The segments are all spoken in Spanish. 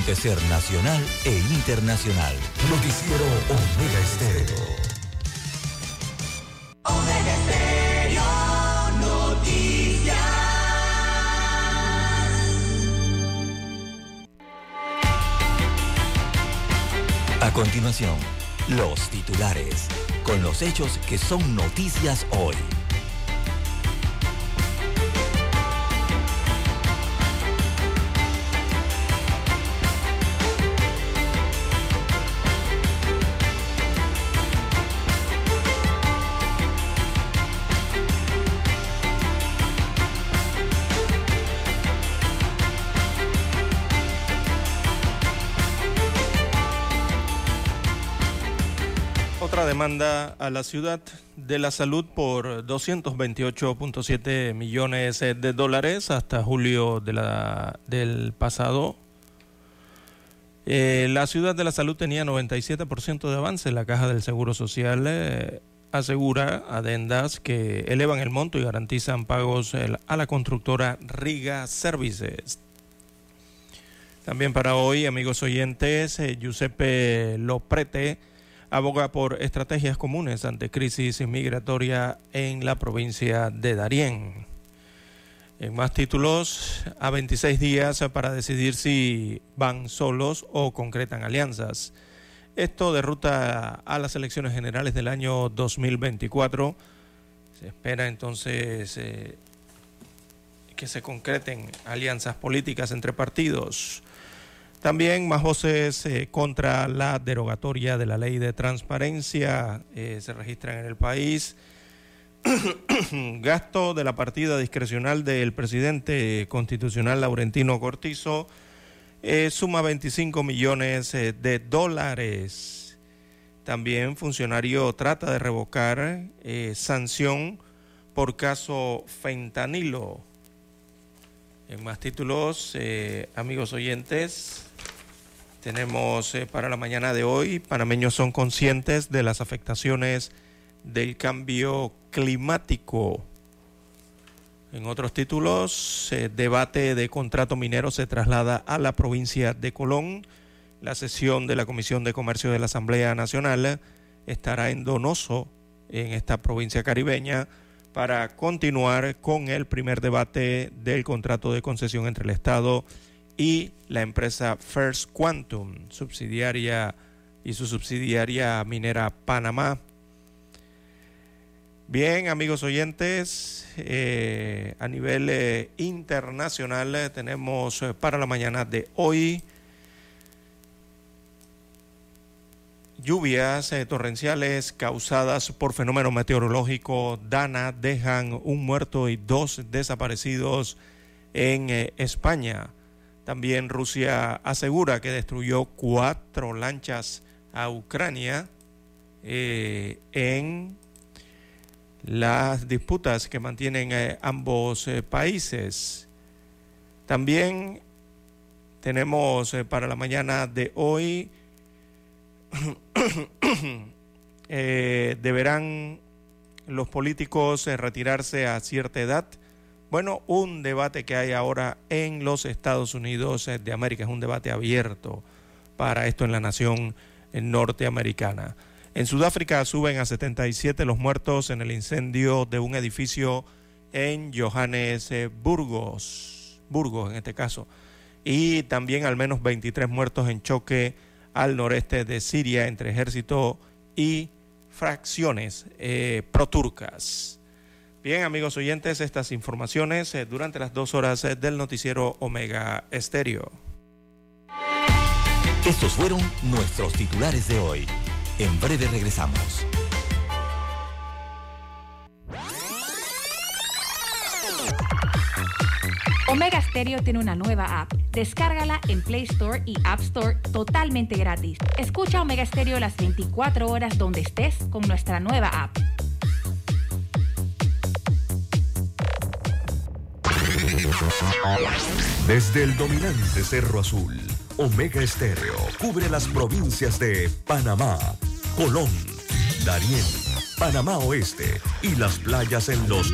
acontecer nacional e internacional. Noticiero Omega Estéreo. Omega Estéreo Noticias. A continuación, los titulares, con los hechos que son noticias hoy. Demanda a la ciudad de la salud por 228.7 millones de dólares hasta julio del pasado. La ciudad de la salud tenía 97% de avance. La Caja del Seguro Social asegura adendas que elevan el monto y garantizan pagos a la constructora Riga Services. También para hoy, amigos oyentes, Giuseppe Loprete aboga por estrategias comunes ante crisis migratoria en la provincia de Darién. En más títulos, a 26 días para decidir si van solos o concretan alianzas. Esto de ruta a las elecciones generales del año 2024. Se espera entonces que se concreten alianzas políticas entre partidos. También más voces contra la derogatoria de la ley de transparencia se registran en el país. Gasto de la partida discrecional del presidente constitucional Laurentino Cortizo suma 25 millones de dólares. También funcionario trata de revocar sanción por caso fentanilo. En más títulos, amigos oyentes, tenemos para la mañana de hoy, panameños son conscientes de las afectaciones del cambio climático. En otros títulos, debate de contrato minero se traslada a la provincia de Colón. La sesión de la Comisión de Comercio de la Asamblea Nacional estará en Donoso, en esta provincia caribeña, para continuar con el primer debate del contrato de concesión entre el Estado y la empresa First Quantum, subsidiaria y su subsidiaria minera Panamá. Bien, amigos oyentes, a nivel internacional tenemos para la mañana de hoy lluvias torrenciales causadas por fenómeno meteorológico Dana dejan un muerto y 2 desaparecidos en España. También Rusia asegura que destruyó 4 lanchas a Ucrania en las disputas que mantienen ambos países. También tenemos para la mañana de hoy ¿deberán los políticos retirarse a cierta edad? Bueno, un debate que hay ahora en los Estados Unidos de América, es un debate abierto para esto en la nación norteamericana. En Sudáfrica suben a 77 los muertos en el incendio de un edificio en Johannesburgo en este caso, y también al menos 23 muertos en choque al noreste de Siria entre ejército y fracciones proturcas. Bien, amigos oyentes, estas informaciones durante las 2 horas del noticiero Omega Estéreo. Estos fueron nuestros titulares de hoy. En breve regresamos. Omega Stereo tiene una nueva app. Descárgala en Play Store y App Store totalmente gratis. Escucha Omega Stereo las 24 horas donde estés con nuestra nueva app. Desde el dominante Cerro Azul, Omega Estéreo cubre las provincias de Panamá, Colón, Darién, Panamá Oeste y las playas en los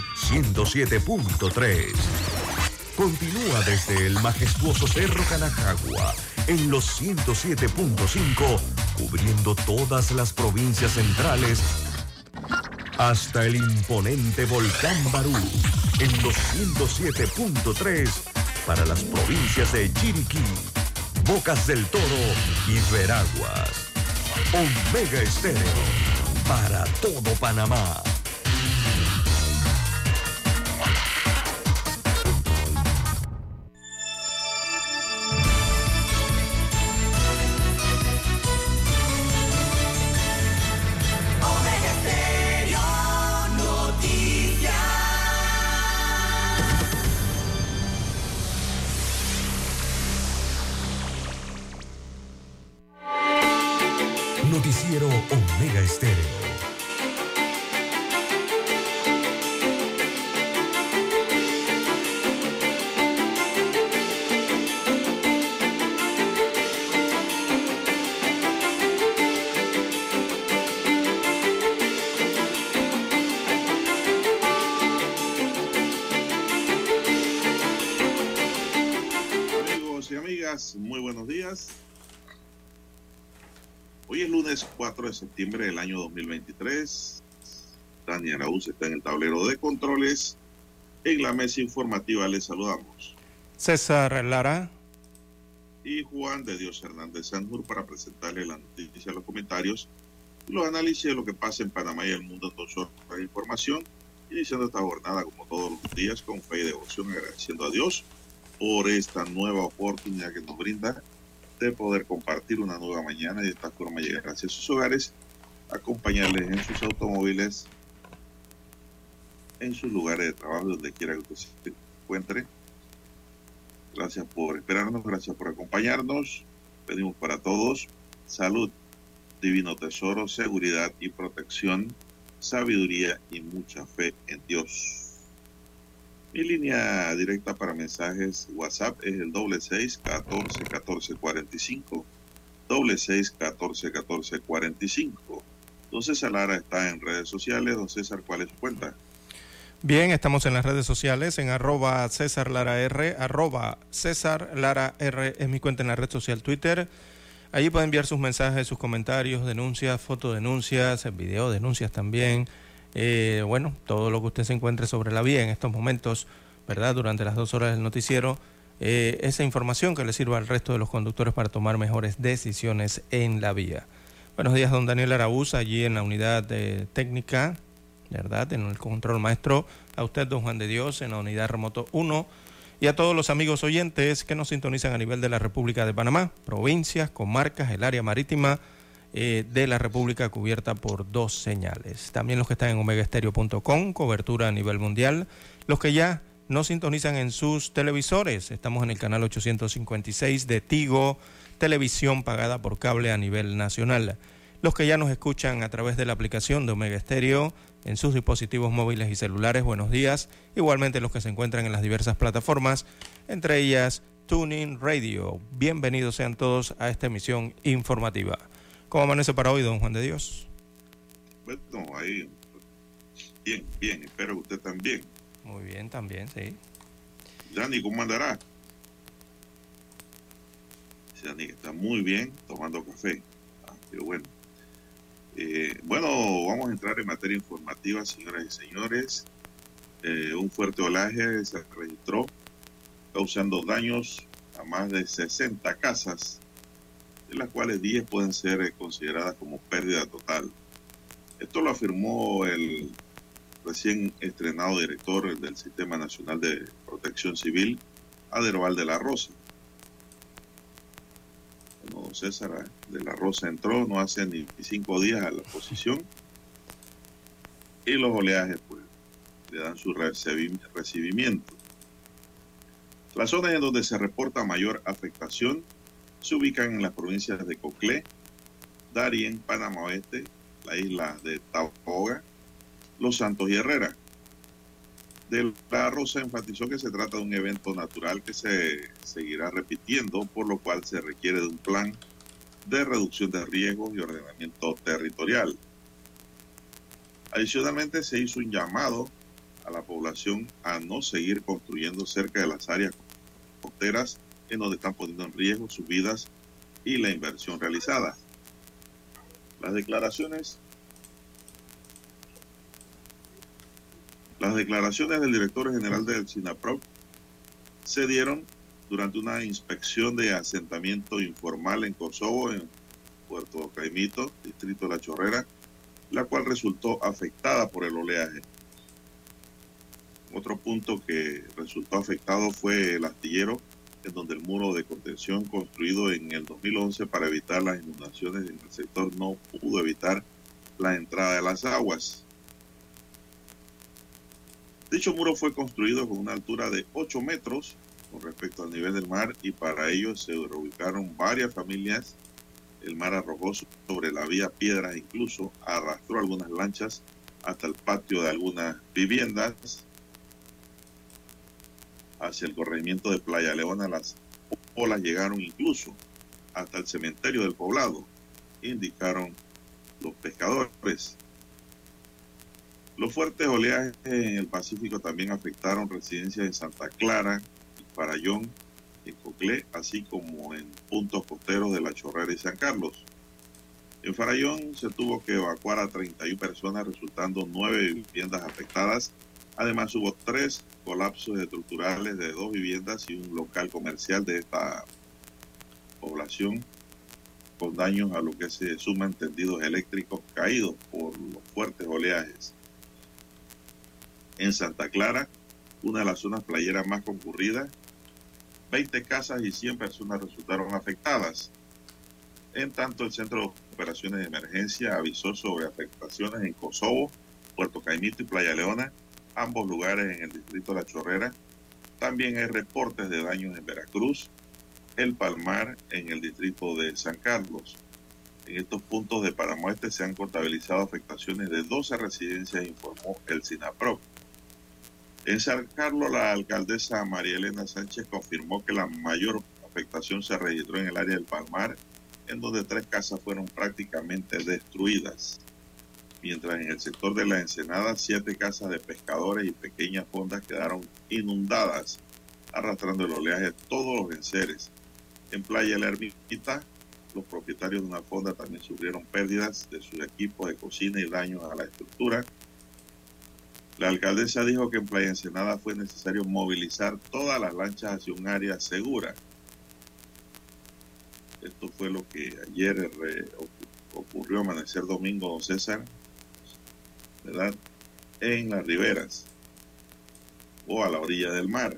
107.3. Continúa desde el majestuoso Cerro Canajagua en los 107.5, cubriendo todas las provincias centrales, hasta el imponente Volcán Barú, en los 107.3, para las provincias de Chiriquí, Bocas del Toro y Veraguas. Omega Estéreo, para todo Panamá. Noticiero Omega Estéreo. Amigos y amigas, muy buenos días. Hoy es lunes 4 de septiembre del año 2023. Dani Araúz está en el tablero de controles. En la mesa informativa les saludamos César Lara y Juan de Dios Hernández Sanjur para presentarle la noticia, los comentarios y los análisis de lo que pasa en Panamá y el mundo en 2 horas de información, iniciando esta jornada como todos los días con fe y devoción, agradeciendo a Dios por esta nueva oportunidad que nos brinda de poder compartir una nueva mañana y de esta forma llegar hacia sus hogares, acompañarles en sus automóviles, en sus lugares de trabajo, donde quiera que usted se encuentre. Gracias por esperarnos, gracias por acompañarnos. Pedimos para todos salud, divino tesoro, seguridad y protección, sabiduría y mucha fe en Dios. Mi línea directa para mensajes WhatsApp es el 66141445, 66141445. Don César Lara está en redes sociales. Don César, ¿cuál es su cuenta? Bien, estamos en las redes sociales, en @César Lara R, @César Lara R es mi cuenta en la red social Twitter. Allí pueden enviar sus mensajes, sus comentarios, denuncias, fotodenuncias, videodenuncias también. Bueno, todo lo que usted se encuentre sobre la vía en estos momentos, ¿verdad? Durante las 2 horas del noticiero, esa información que le sirva al resto de los conductores para tomar mejores decisiones en la vía. Buenos días, don Daniel Araúz, allí en la unidad técnica, ¿verdad? En el control maestro. A usted, don Juan de Dios, en la unidad remoto 1. Y a todos los amigos oyentes que nos sintonizan a nivel de la República de Panamá, provincias, comarcas, el área marítima de la República cubierta por 2 señales. También los que están en omegaestereo.com, cobertura a nivel mundial. Los que ya nos sintonizan en sus televisores, estamos en el canal 856 de Tigo, televisión pagada por cable a nivel nacional. Los que ya nos escuchan a través de la aplicación de Omega Estéreo en sus dispositivos móviles y celulares, buenos días. Igualmente los que se encuentran en las diversas plataformas, entre ellas TuneIn Radio. Bienvenidos sean todos a esta emisión informativa. ¿Cómo amanece para hoy, don Juan de Dios? Bueno, ahí, bien, espero que usted también. Muy bien, también, sí. Dani, ¿cómo andará? Dani está muy bien, tomando café. Qué bueno. Bueno, vamos a entrar en materia informativa, señoras y señores. Un fuerte olaje se registró, causando daños a más de 60 casas, de las cuales 10 pueden ser consideradas como pérdida total. Esto lo afirmó el recién estrenado director del Sistema Nacional de Protección Civil, Aderbal de la Rosa. Bueno, César de la Rosa entró no hace ni 5 días a la posición y los oleajes pues le dan su recibimiento. Las zonas en donde se reporta mayor afectación se ubican en las provincias de Coclé, Darién, Panamá Oeste, la isla de Taboga, Los Santos y Herrera. De la Rosa enfatizó que se trata de un evento natural que se seguirá repitiendo, por lo cual se requiere de un plan de reducción de riesgos y ordenamiento territorial. Adicionalmente, se hizo un llamado a la población a no seguir construyendo cerca de las áreas costeras en donde están poniendo en riesgo sus vidas y la inversión realizada. Las declaraciones del director general del SINAPROC se dieron durante una inspección de asentamiento informal en Kosovo, en Puerto Caimito, distrito de La Chorrera, la cual resultó afectada por el oleaje. Otro punto que resultó afectado fue el astillero, en donde el muro de contención construido en el 2011 para evitar las inundaciones en el sector no pudo evitar la entrada de las aguas. Dicho muro fue construido con una altura de 8 metros con respecto al nivel del mar y para ello se reubicaron varias familias. El mar arrojó sobre la vía piedras, incluso arrastró algunas lanchas hasta el patio de algunas viviendas. Hacia el corregimiento de Playa Leona, las olas llegaron incluso hasta el cementerio del poblado, indicaron los pescadores. Los fuertes oleajes en el Pacífico también afectaron residencias en Santa Clara y Farallón, en Coclé, así como en puntos costeros de La Chorrera y San Carlos. En Farallón se tuvo que evacuar a 31 personas, resultando 9 viviendas afectadas. Además, hubo 3 colapsos estructurales de 2 viviendas y un local comercial de esta población, con daños a lo que se suman tendidos eléctricos caídos por los fuertes oleajes. En Santa Clara, una de las zonas playeras más concurridas, 20 casas y 100 personas resultaron afectadas. En tanto, el Centro de Operaciones de Emergencia avisó sobre afectaciones en Kosovo, Puerto Caimito y Playa Leona, ambos lugares en el distrito de La Chorrera. También hay reportes de daños en Veracruz, El Palmar, en el distrito de San Carlos. En estos puntos de Panamá Oeste se han contabilizado afectaciones de 12 residencias, informó el SINAPROC. En San Carlos, la alcaldesa María Elena Sánchez confirmó que la mayor afectación se registró en el área del Palmar, en donde 3 casas fueron prácticamente destruidas. Mientras en el sector de la Ensenada, 7 casas de pescadores y pequeñas fondas quedaron inundadas, arrastrando el oleaje de todos los enseres. En Playa La Ermita, los propietarios de una fonda también sufrieron pérdidas de sus equipos de cocina y daños a la estructura. La alcaldesa dijo que en Playa Ensenada fue necesario movilizar todas las lanchas hacia un área segura. Esto fue lo que ayer ocurrió, amanecer domingo, don César, ¿verdad?, en las riberas o a la orilla del mar.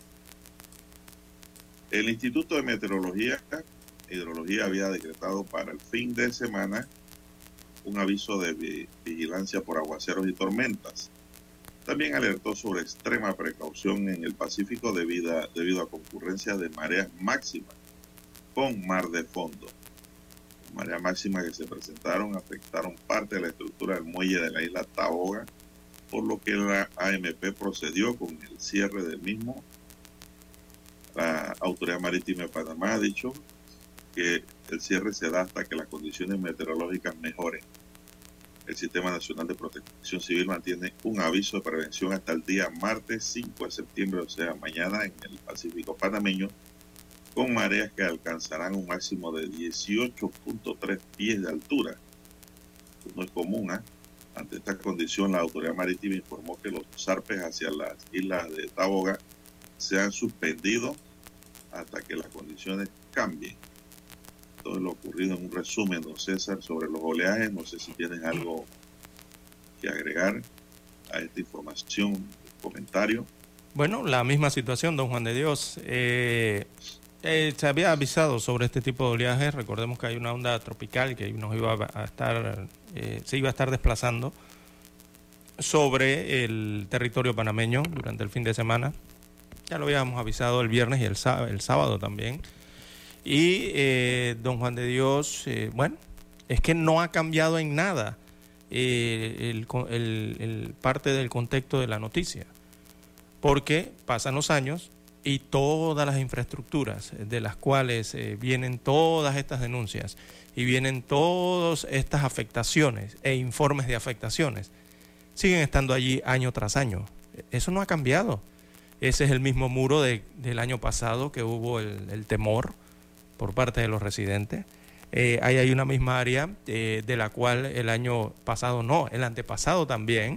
El Instituto de Meteorología e Hidrología había decretado para el fin de semana un aviso de vigilancia por aguaceros y tormentas. También alertó sobre extrema precaución en el Pacífico debido a concurrencia de mareas máximas con mar de fondo. Las mareas máximas que se presentaron afectaron parte de la estructura del muelle de la isla Taboga, por lo que la AMP procedió con el cierre del mismo. La Autoridad Marítima de Panamá ha dicho que el cierre se da hasta que las condiciones meteorológicas mejoren. El Sistema Nacional de Protección Civil mantiene un aviso de prevención hasta el día martes 5 de septiembre, o sea, mañana, en el Pacífico panameño, con mareas que alcanzarán un máximo de 18.3 pies de altura. Esto no es común, ¿eh? Ante esta condición, la Autoridad Marítima informó que los zarpes hacia las islas de Taboga se han suspendido hasta que las condiciones cambien. Todo lo ocurrido en un resumen, don César, sobre los oleajes. No sé si tienen algo que agregar a esta información, comentario. Bueno, la misma situación, don Juan de Dios. Se había avisado sobre este tipo de oleajes. Recordemos que hay una onda tropical que nos iba a estar, se iba a estar desplazando sobre el territorio panameño durante el fin de semana. Ya lo habíamos avisado el viernes y el sábado también. Y don Juan de Dios, bueno, es que no ha cambiado en nada el parte del contexto de la noticia, porque pasan los años y todas las infraestructuras de las cuales vienen todas estas denuncias y vienen todas estas afectaciones e informes de afectaciones, siguen estando allí año tras año. Eso no ha cambiado. Ese es el mismo muro del año pasado que hubo el temor por parte de los residentes. Ahí hay una misma área de la cual el año pasado no, el antepasado también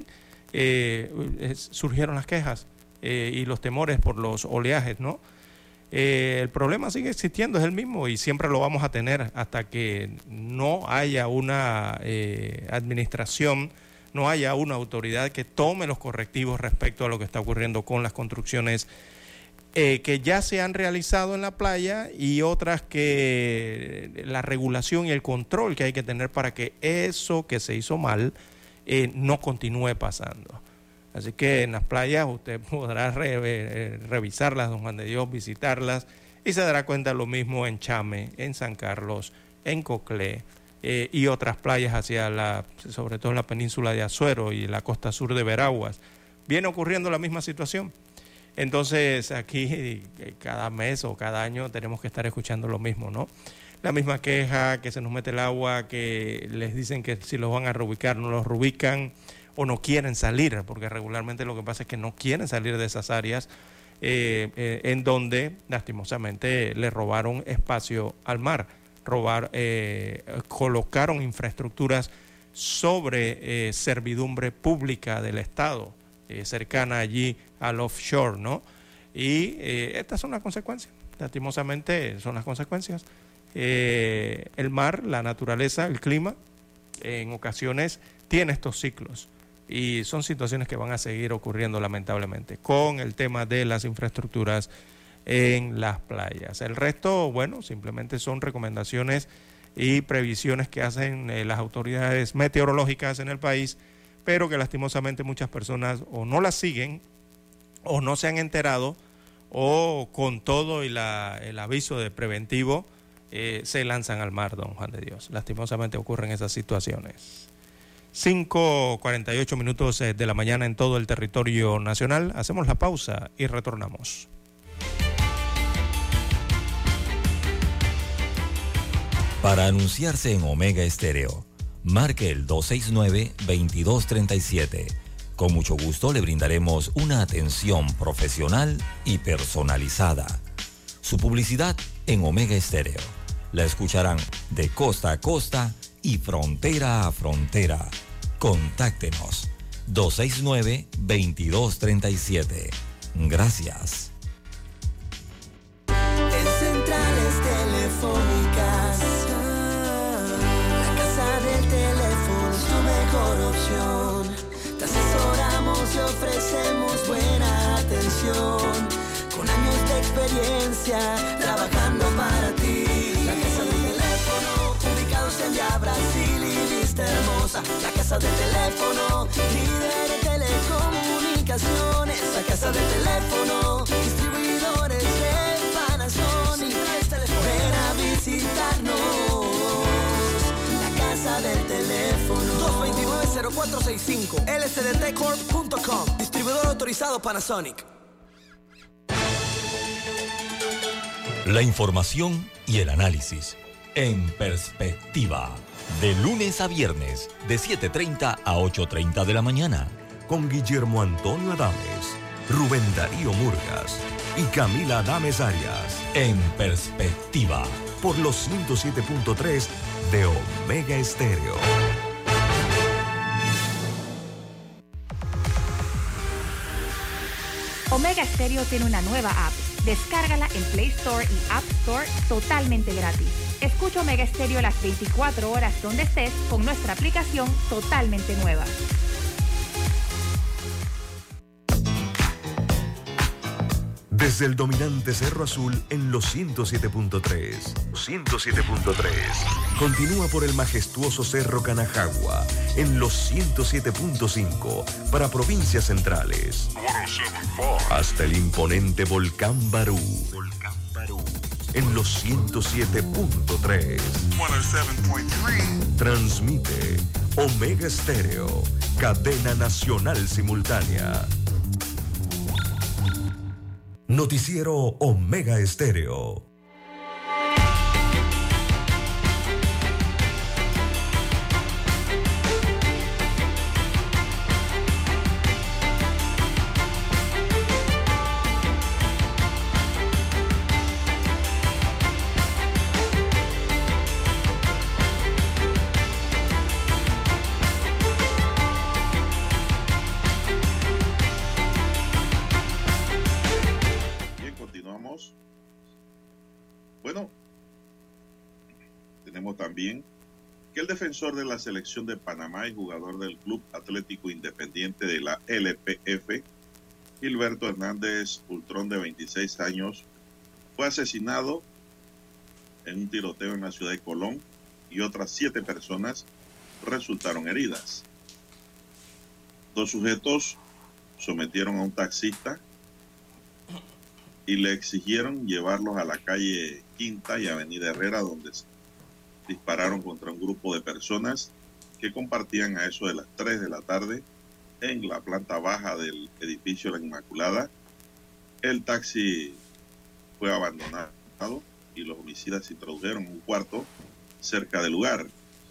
surgieron las quejas y los temores por los oleajes, ¿no? El problema sigue existiendo, es el mismo y siempre lo vamos a tener hasta que no haya una administración, no haya una autoridad que tome los correctivos respecto a lo que está ocurriendo con las construcciones que ya se han realizado en la playa y otras que la regulación y el control que hay que tener para que eso que se hizo mal no continúe pasando. Así que en las playas usted podrá revisarlas, don Juan de Dios, visitarlas y se dará cuenta lo mismo en Chame, en San Carlos, en Coclé y otras playas sobre todo en la península de Azuero y la costa sur de Veraguas. Viene ocurriendo la misma situación. Entonces aquí cada mes o cada año tenemos que estar escuchando lo mismo, ¿no? La misma queja, que se nos mete el agua, que les dicen que si los van a reubicar, no los reubican o no quieren salir, porque regularmente lo que pasa es que no quieren salir de esas áreas en donde lastimosamente le robaron espacio al mar, colocaron infraestructuras sobre servidumbre pública del Estado, cercana allí al offshore, ¿no? Y estas son las consecuencias, lastimosamente son las consecuencias. El mar, la naturaleza, el clima, en ocasiones tiene estos ciclos y son situaciones que van a seguir ocurriendo lamentablemente con el tema de las infraestructuras en las playas. El resto, bueno, simplemente son recomendaciones y previsiones que hacen las autoridades meteorológicas en el país, pero que lastimosamente muchas personas o no las siguen o no se han enterado o con todo y el aviso de preventivo se lanzan al mar, don Juan de Dios. Lastimosamente ocurren esas situaciones. 5:48 minutos de la mañana en todo el territorio nacional. Hacemos la pausa y retornamos. Para anunciarse en Omega Estéreo, marque el 269-2237. Con mucho gusto le brindaremos una atención profesional y personalizada. Su publicidad en Omega Estéreo. La escucharán de costa a costa y frontera a frontera. Contáctenos 269-2237. Gracias. En centrales telefónicas, la casa del teléfono es tu mejor opción. Te asesoramos y ofrecemos buena atención, con años de experiencia trabajando para ti. La casa del teléfono, ubicados en Via Brasil y Vista Hermosa. La casa del teléfono, líder de telecomunicaciones. La casa del teléfono, distribuidores de Panasonic. Ven a visitarnos. La casa del teléfono, 229-0465, lsdtcorp.com. Distribuidor autorizado Panasonic. La información y el análisis en perspectiva. De lunes a viernes, de 7:30 a 8:30 de la mañana. Con Guillermo Antonio Adames, Rubén Darío Murgas y Camila Adames Arias. En perspectiva. Por los 107.3 de Omega Estéreo. Omega Stereo tiene una nueva app. Descárgala en Play Store y App Store totalmente gratis. Escucha Omega Stereo las 24 horas donde estés con nuestra aplicación totalmente nueva. Desde el dominante Cerro Azul en los 107.3. 107.3. Continúa por el majestuoso Cerro Canajagua en los 107.5 para provincias centrales. Hasta el imponente Volcán Barú. En los 107.3. Transmite Omega Estéreo, cadena nacional simultánea. Noticiero Omega Estéreo. Tenemos también que el defensor de la selección de Panamá y jugador del Club Atlético Independiente de la LPF, Gilberto Hernández Ultrón, de 26 años, fue asesinado en un tiroteo en la ciudad de Colón y otras 7 personas resultaron heridas. 2 sujetos sometieron a un taxista y le exigieron llevarlos a la calle Quinta y Avenida Herrera, donde dispararon contra un grupo de personas que compartían a eso de las 3 de la tarde en la planta baja del edificio La Inmaculada. El taxi fue abandonado y los homicidas se introdujeron en un cuarto cerca del lugar.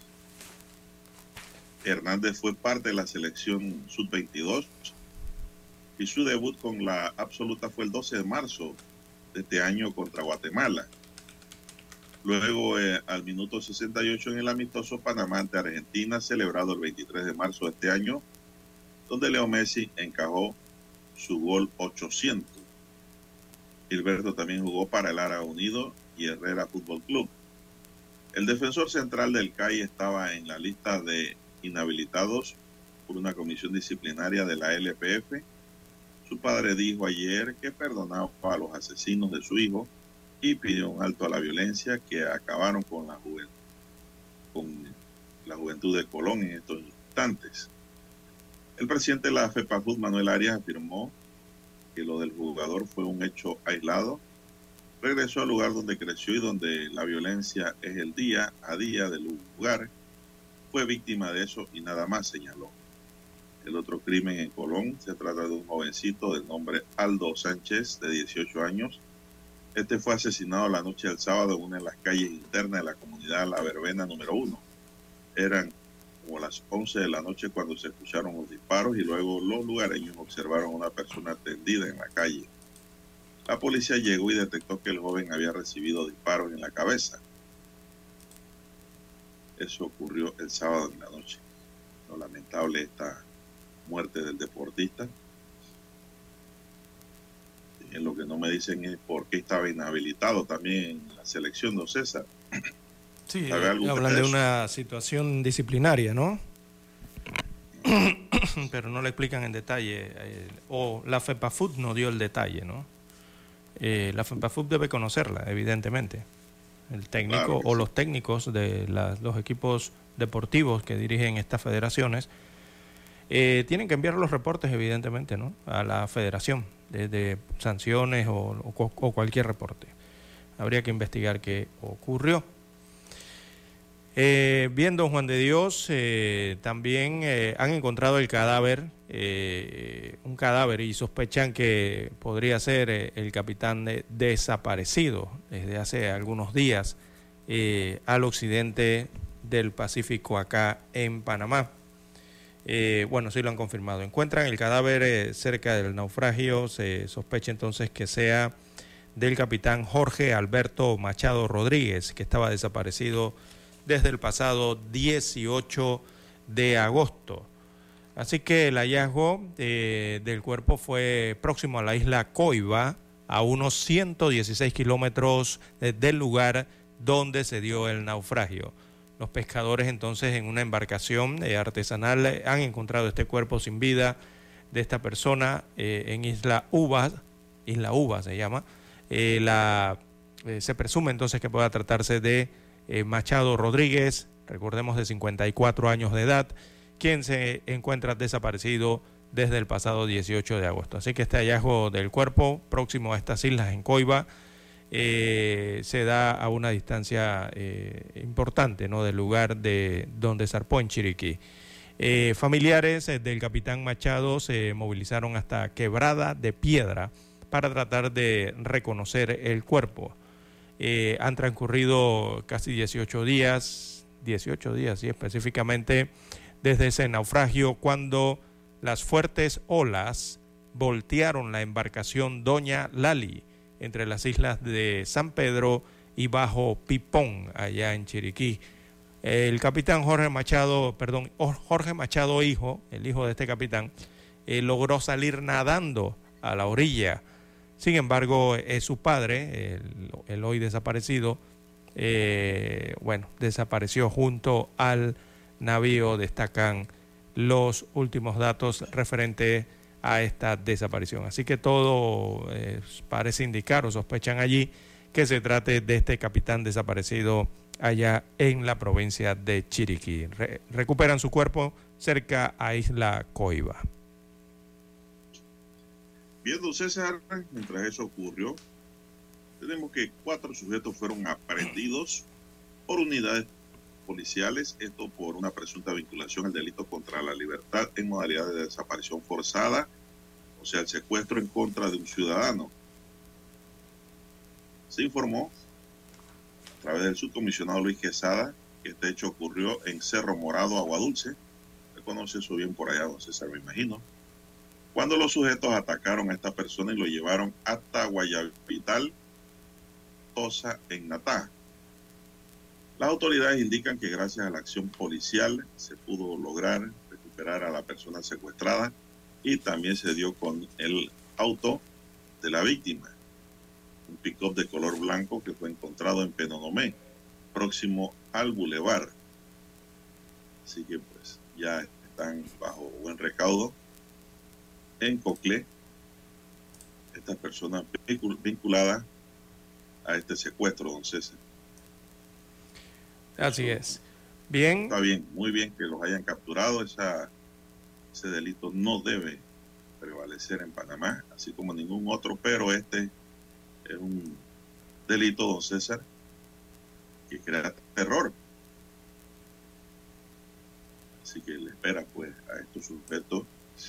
Hernández fue parte de la selección sub-22 y su debut con la absoluta fue el 12 de marzo de este año contra Guatemala. Luego, al minuto 68 en el amistoso Panamá ante Argentina, celebrado el 23 de marzo de este año, donde Leo Messi encajó su gol 800. Gilberto también jugó para el Ara Unido y Herrera Fútbol Club. El defensor central del CAI estaba en la lista de inhabilitados por una comisión disciplinaria de la LPF. Su padre dijo ayer que perdonaba a los asesinos de su hijo y pidió un alto a la violencia que acabaron con la juventud de Colón en estos instantes. El presidente de la FEPAFUT, Manuel Arias, afirmó que lo del jugador fue un hecho aislado. Regresó al lugar donde creció y donde la violencia es el día a día del lugar. Fue víctima de eso y nada más, señaló. El otro crimen en Colón se trata de un jovencito de nombre Aldo Sánchez, de 18 años. Este fue asesinado la noche del sábado en una de las calles internas de la comunidad La Verbena número 1. Eran como las 11 de la noche cuando se escucharon los disparos y luego los lugareños observaron a una persona tendida en la calle. La policía llegó y detectó que el joven había recibido disparos en la cabeza. Eso ocurrió el sábado en la noche. Lo lamentable esta muerte del deportista. En lo que no me dicen es por qué estaba inhabilitado también en la selección, don César. Sí, hablan de una situación disciplinaria, ¿no? Pero no le explican en detalle, o la FEPAFUT no dio el detalle, ¿no? La FEPAFUT debe conocerla, evidentemente. El técnico, claro, o sí, los técnicos de los equipos deportivos que dirigen estas federaciones tienen que enviar los reportes, evidentemente, ¿no?, a la federación de sanciones o cualquier reporte. Habría que investigar qué ocurrió. Bien, don Juan de Dios, también han encontrado el cadáver, un cadáver, y sospechan que podría ser el capitán desaparecido desde hace algunos días al occidente del Pacífico, acá en Panamá. Bueno, sí lo han confirmado. Encuentran el cadáver cerca del naufragio. Se sospecha entonces que sea del capitán Jorge Alberto Machado Rodríguez, que estaba desaparecido desde el pasado 18 de agosto. Así que el hallazgo del cuerpo fue próximo a la isla Coiba, a unos 116 kilómetros del lugar donde se dio el naufragio. Los pescadores entonces en una embarcación artesanal han encontrado este cuerpo sin vida de esta persona en Isla Uva se llama. Se presume entonces que pueda tratarse de Machado Rodríguez, recordemos, de 54 años de edad, quien se encuentra desaparecido desde el pasado 18 de agosto. Así que este hallazgo del cuerpo próximo a estas islas en Coiba se da a una distancia importante, ¿no?, del lugar de donde zarpó en Chiriquí. Familiares del capitán Machado se movilizaron hasta Quebrada de Piedra para tratar de reconocer el cuerpo. Han transcurrido casi 18 días, sí, específicamente desde ese naufragio, cuando las fuertes olas voltearon la embarcación Doña Lali entre las islas de San Pedro y Bajo Pipón, allá en Chiriquí. El capitán Jorge Machado hijo, el hijo de este capitán, logró salir nadando a la orilla. Sin embargo, su padre, el hoy desaparecido, desapareció junto al navío. Destacan los últimos datos referentes a esta desaparición. Así que todo parece indicar o sospechan allí que se trate de este capitán desaparecido allá en la provincia de Chiriquí. Recuperan su cuerpo cerca a Isla Coiba. Bien, don César, mientras eso ocurrió, tenemos que 4 sujetos fueron aprehendidos por unidades policiales, esto por una presunta vinculación al delito contra la libertad en modalidad de desaparición forzada, o sea, el secuestro en contra de un ciudadano. Se informó a través del subcomisionado Luis Quesada que este hecho ocurrió en Cerro Morado, Aguadulce. Se conoce eso bien por allá, don César, me imagino. Cuando los sujetos atacaron a esta persona y lo llevaron hasta Guayabital, Tosa, en Natá. Las autoridades indican que gracias a la acción policial se pudo lograr recuperar a la persona secuestrada y también se dio con el auto de la víctima, un pick-up de color blanco que fue encontrado en Penonomé, próximo al bulevar. Así que pues ya están bajo buen recaudo en Coclé estas personas vinculadas a este secuestro, don César. Así es. Bien. Está bien, muy bien que los hayan capturado. Ese delito no debe prevalecer en Panamá, así como ningún otro, pero este es un delito, don César, que crea terror. Así que le espera pues a estos sujetos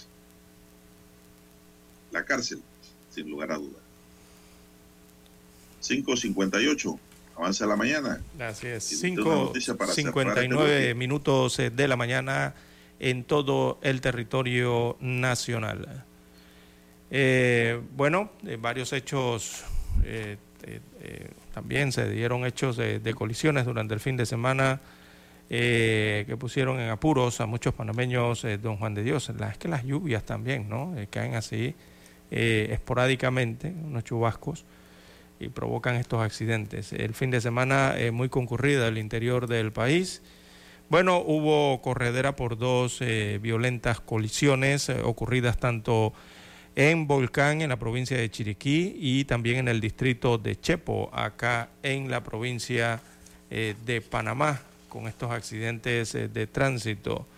la cárcel, sin lugar a dudas. 5:58, avanza la mañana. Así es, 5:59 minutos de la mañana en todo el territorio nacional. Varios hechos, también se dieron hechos de colisiones durante el fin de semana que pusieron en apuros a muchos panameños, don Juan de Dios. Es que las lluvias también, ¿no? Caen así esporádicamente, unos chubascos, y provocan estos accidentes. El fin de semana muy concurrida el interior del país. Bueno, hubo corredera por 2 violentas colisiones ocurridas tanto en Volcán, en la provincia de Chiriquí, y también en el distrito de Chepo, acá en la provincia de Panamá, con estos accidentes de tránsito.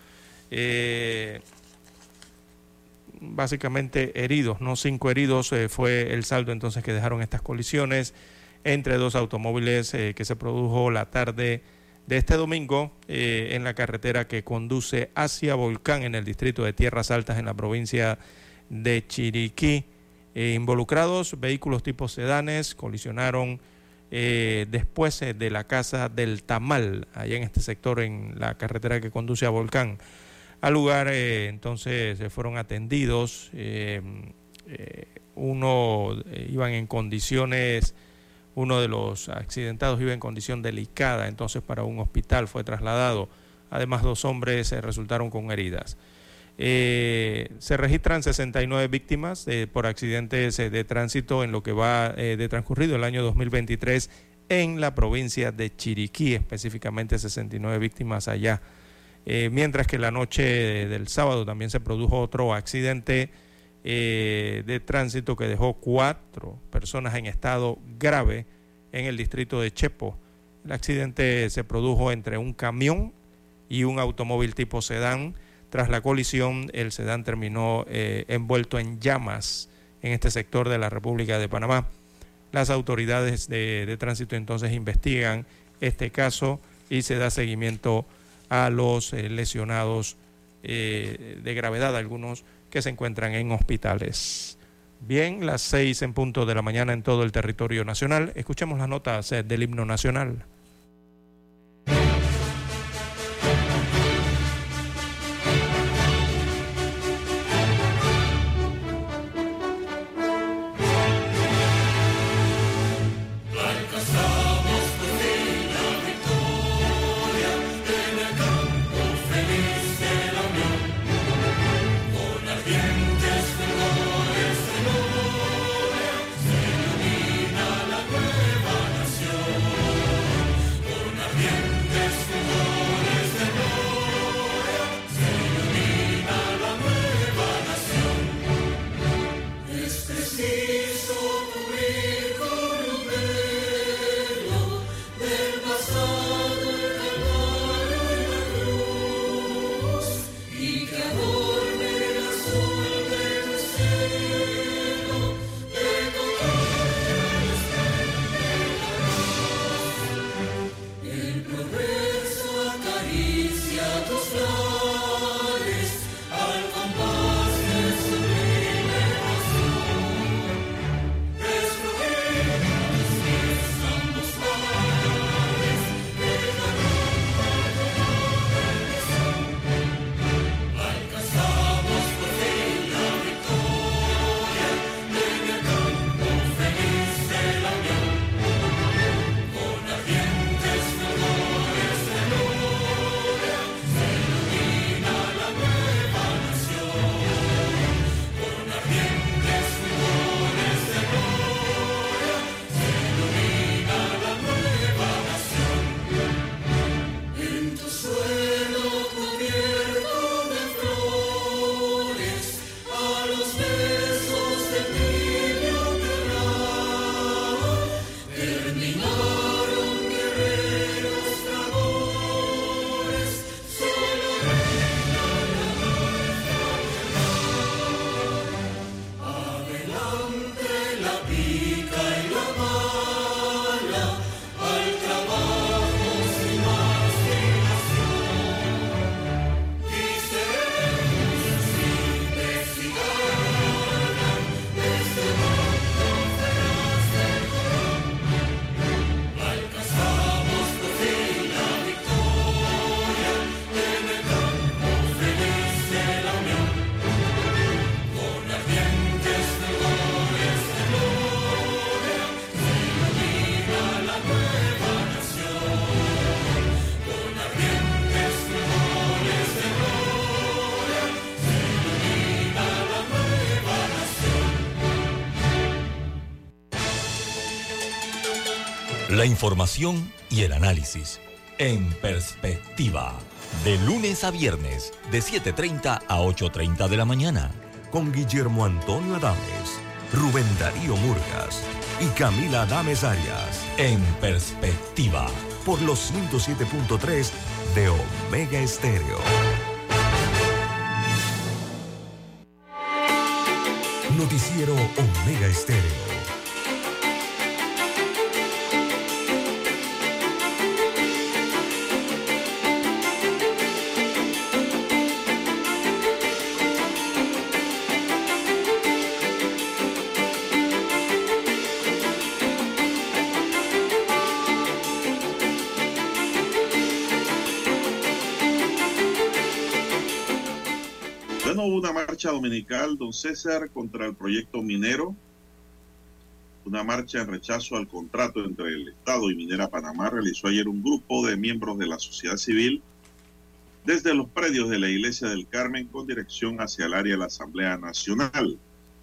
Básicamente heridos, ¿no? 5 heridos fue el saldo entonces que dejaron estas colisiones entre 2 automóviles que se produjo la tarde de este domingo en la carretera que conduce hacia Volcán, en el distrito de Tierras Altas, en la provincia de Chiriquí. Involucrados vehículos tipo sedanes colisionaron después de la casa del Tamal, allá en este sector, en la carretera que conduce a Volcán. Al lugar entonces fueron atendidos, uno de los accidentados iba en condición delicada, entonces para un hospital fue trasladado. Además, 2 hombres resultaron con heridas. Se registran 69 víctimas por accidentes de tránsito en lo que va de transcurrido el año 2023 en la provincia de Chiriquí, específicamente 69 víctimas allá. Mientras que la noche del sábado también se produjo otro accidente de tránsito que dejó 4 personas en estado grave en el distrito de Chepo. El accidente se produjo entre un camión y un automóvil tipo sedán. Tras la colisión, el sedán terminó envuelto en llamas en este sector de la República de Panamá. Las autoridades de tránsito entonces investigan este caso y se da seguimiento a los lesionados de gravedad, algunos que se encuentran en hospitales. Bien, las 6 en punto de la mañana en todo el territorio nacional. Escuchemos las notas del himno nacional. La información y el análisis en perspectiva. De lunes a viernes, de 7:30 a 8:30 de la mañana. Con Guillermo Antonio Adames, Rubén Darío Murgas y Camila Adames Arias. En perspectiva. Por los 107.3 de Omega Estéreo. Noticiero Omega Estéreo. Una marcha dominical, don César, contra el proyecto minero, una marcha en rechazo al contrato entre el Estado y Minera Panamá, realizó ayer un grupo de miembros de la sociedad civil desde los predios de la Iglesia del Carmen con dirección hacia el área de la Asamblea Nacional.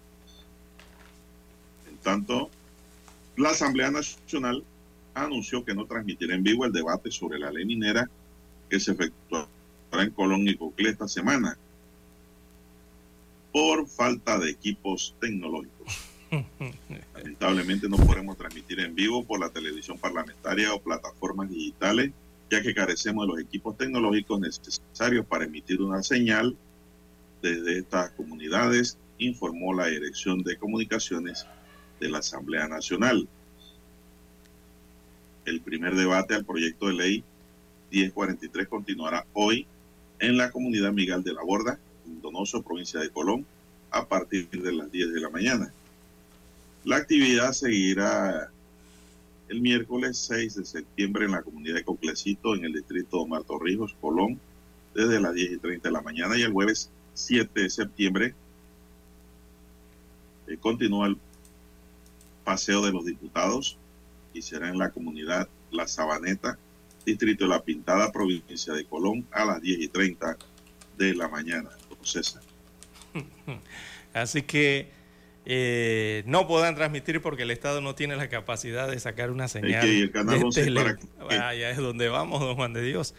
En tanto, la Asamblea Nacional anunció que no transmitirá en vivo el debate sobre la ley minera que se efectuará en Colón y Coclé esta semana, por falta de equipos tecnológicos. Lamentablemente no podemos transmitir en vivo por la televisión parlamentaria o plataformas digitales, ya que carecemos de los equipos tecnológicos necesarios para emitir una señal desde estas comunidades, informó la Dirección de Comunicaciones de la Asamblea Nacional. El primer debate al proyecto de ley 1043 continuará hoy en la comunidad Miguel de la Borda, en Donoso, provincia de Colón, a partir de las 10 de la mañana. La actividad seguirá el miércoles 6 de septiembre en la comunidad de Coclecito, en el distrito de Omar Torrijos, Colón, desde las 10:30 de la mañana, y el jueves 7 de septiembre continúa el paseo de los diputados y será en la comunidad La Sabaneta, distrito de La Pintada, provincia de Colón, a las 10:30 de la mañana. César. Así que no podrán transmitir porque el Estado no tiene la capacidad de sacar una señal. El canal 11 allá es donde vamos, don Juan de Dios.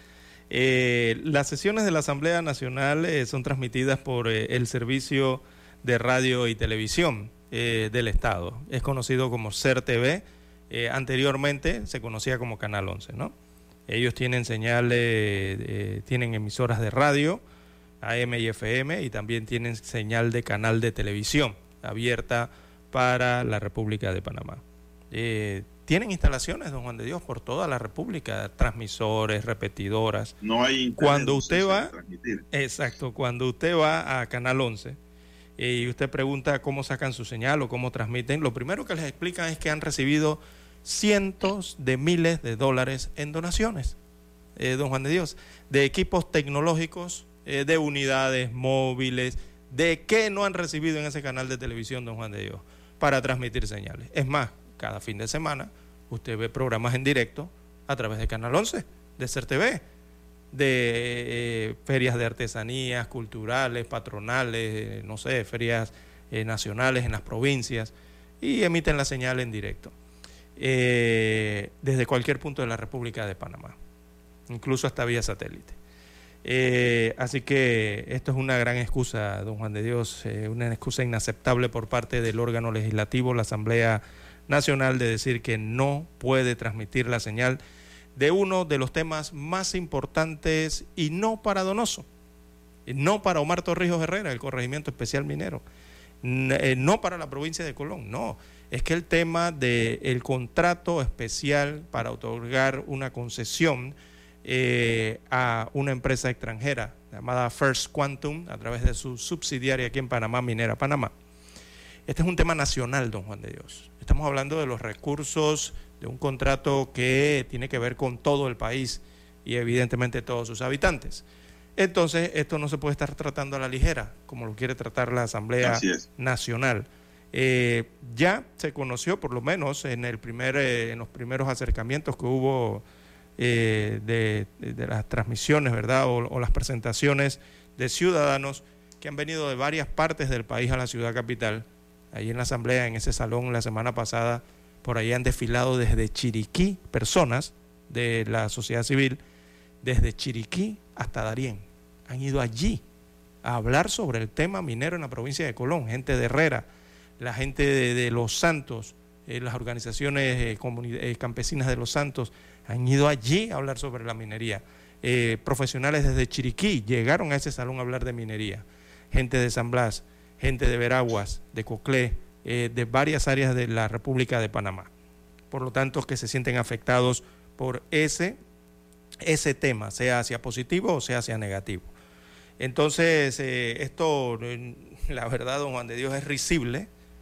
Las sesiones de la Asamblea Nacional son transmitidas por el Servicio de Radio y Televisión del Estado. Es conocido como CERTV. Anteriormente se conocía como Canal 11, ¿no? Ellos tienen señal, tienen emisoras de radio, AM y FM, y también tienen señal de canal de televisión abierta para la República de Panamá. Tienen instalaciones, don Juan de Dios, por toda la República, transmisores, repetidoras. No hay cuando usted va, exacto, cuando usted va a Canal 11 y usted pregunta cómo sacan su señal o cómo transmiten, lo primero que les explican es que han recibido cientos de miles de dólares en donaciones, don Juan de Dios, de equipos tecnológicos, de unidades móviles, de qué no han recibido en ese canal de televisión, don Juan de Dios, para transmitir señales. Es más, cada fin de semana usted ve programas en directo a través de Canal 11, de CERTV, de ferias de artesanías, culturales, patronales, no sé, ferias nacionales en las provincias, y emiten la señal en directo desde cualquier punto de la República de Panamá, incluso hasta vía satélite. Así que esto es una gran excusa, don Juan de Dios, una excusa inaceptable por parte del órgano legislativo, la Asamblea Nacional, de decir que no puede transmitir la señal de uno de los temas más importantes, y no para Donoso, no para Omar Torrijos Herrera, el Corregimiento Especial Minero, no para la provincia de Colón, no, es que el tema del contrato especial para otorgar una concesión a una empresa extranjera llamada First Quantum, a través de su subsidiaria aquí en Panamá, Minera Panamá. Este es un tema nacional, don Juan de Dios. Estamos hablando de los recursos de un contrato que tiene que ver con todo el país y evidentemente todos sus habitantes. Entonces, esto no se puede estar tratando a la ligera, como lo quiere tratar la Asamblea Nacional. Ya se conoció, por lo menos en los primeros acercamientos que hubo de las transmisiones, ¿verdad? O las presentaciones de ciudadanos que han venido de varias partes del país a la ciudad capital. Ahí en la Asamblea, en ese salón, la semana pasada, Por ahí han desfilado desde Chiriquí, personas de la sociedad civil, desde Chiriquí hasta Darién. Han ido allí a hablar sobre el tema minero en la provincia de Colón. Gente de Herrera, la gente de Los Santos, las organizaciones campesinas de Los Santos han ido allí a hablar sobre la minería. Profesionales desde Chiriquí llegaron a ese salón a hablar de minería. Gente de San Blas, gente de Veraguas, de Coclé, de varias áreas de la República de Panamá. Por lo tanto, que se sienten afectados por ese tema, sea hacia positivo o sea hacia negativo. Entonces, esto, la verdad, don Juan de Dios, es risible.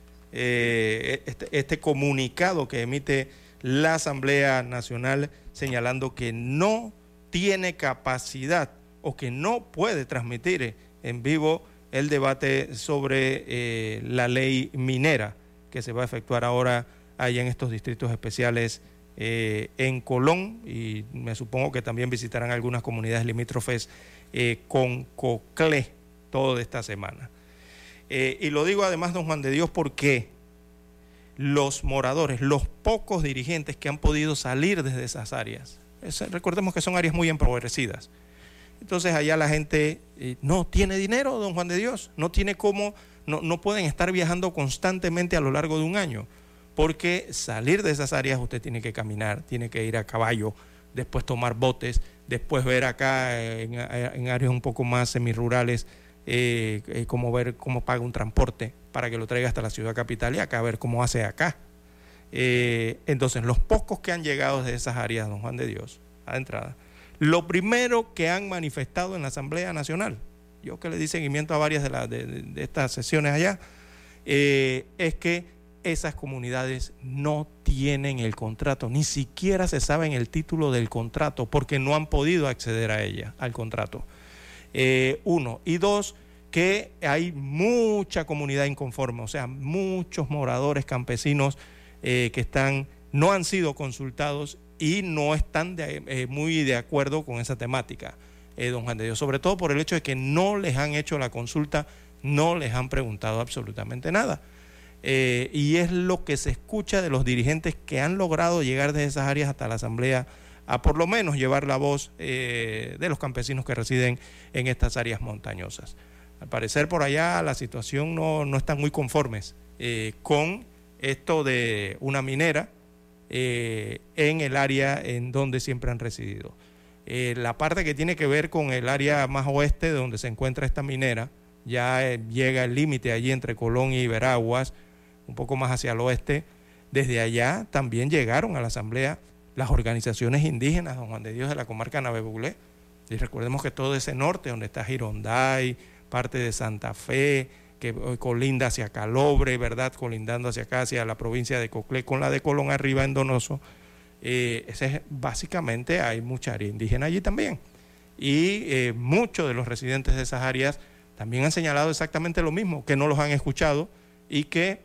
Este comunicado que emite la Asamblea Nacional señalando que no tiene capacidad o que no puede transmitir en vivo el debate sobre la ley minera que se va a efectuar ahora allá en estos distritos especiales en Colón, y me supongo que también visitarán algunas comunidades limítrofes con Coclé toda esta semana. Y lo digo además, don Juan de Dios, porque los moradores, los pocos dirigentes que han podido salir desde esas áreas, recordemos que son áreas muy empobrecidas, entonces allá la gente no tiene dinero, don Juan de Dios, no tiene cómo, no pueden estar viajando constantemente a lo largo de un año, porque salir de esas áreas usted tiene que caminar, tiene que ir a caballo, después tomar botes, después ver acá en áreas un poco más semirurales, como ver cómo paga un transporte para que lo traiga hasta la ciudad capital, y acá ver cómo hace acá. Entonces, los pocos que han llegado de esas áreas, don Juan de Dios, a entrada, lo primero que han manifestado en la Asamblea Nacional, yo que le di seguimiento a varias de estas sesiones allá, es que esas comunidades no tienen el contrato, ni siquiera se sabe el título del contrato, porque no han podido acceder a ella, al contrato. Uno. Y dos, que hay mucha comunidad inconforme, o sea, muchos moradores campesinos que no han sido consultados y no están muy de acuerdo con esa temática, don Juan de Dios, sobre todo por el hecho de que no les han hecho la consulta, no les han preguntado absolutamente nada. Y es lo que se escucha de los dirigentes que han logrado llegar de esas áreas hasta la Asamblea, a por lo menos llevar la voz de los campesinos que residen en estas áreas montañosas. Al parecer por allá la situación no están muy conformes con esto de una minera en el área en donde siempre han residido. La parte que tiene que ver con el área más oeste de donde se encuentra esta minera, ya llega el límite allí entre Colón y Veraguas, un poco más hacia el oeste. Desde allá también llegaron a la Asamblea las organizaciones indígenas, don Juan de Dios, de la comarca Navebuglé. Y recordemos que todo ese norte, donde está Gironday, parte de Santa Fe, que colinda hacia Calobre, ¿verdad? Colindando hacia acá, hacia la provincia de Coclé, con la de Colón arriba en Donoso. Básicamente hay mucha área indígena allí también. Y muchos de los residentes de esas áreas también han señalado exactamente lo mismo, que no los han escuchado y que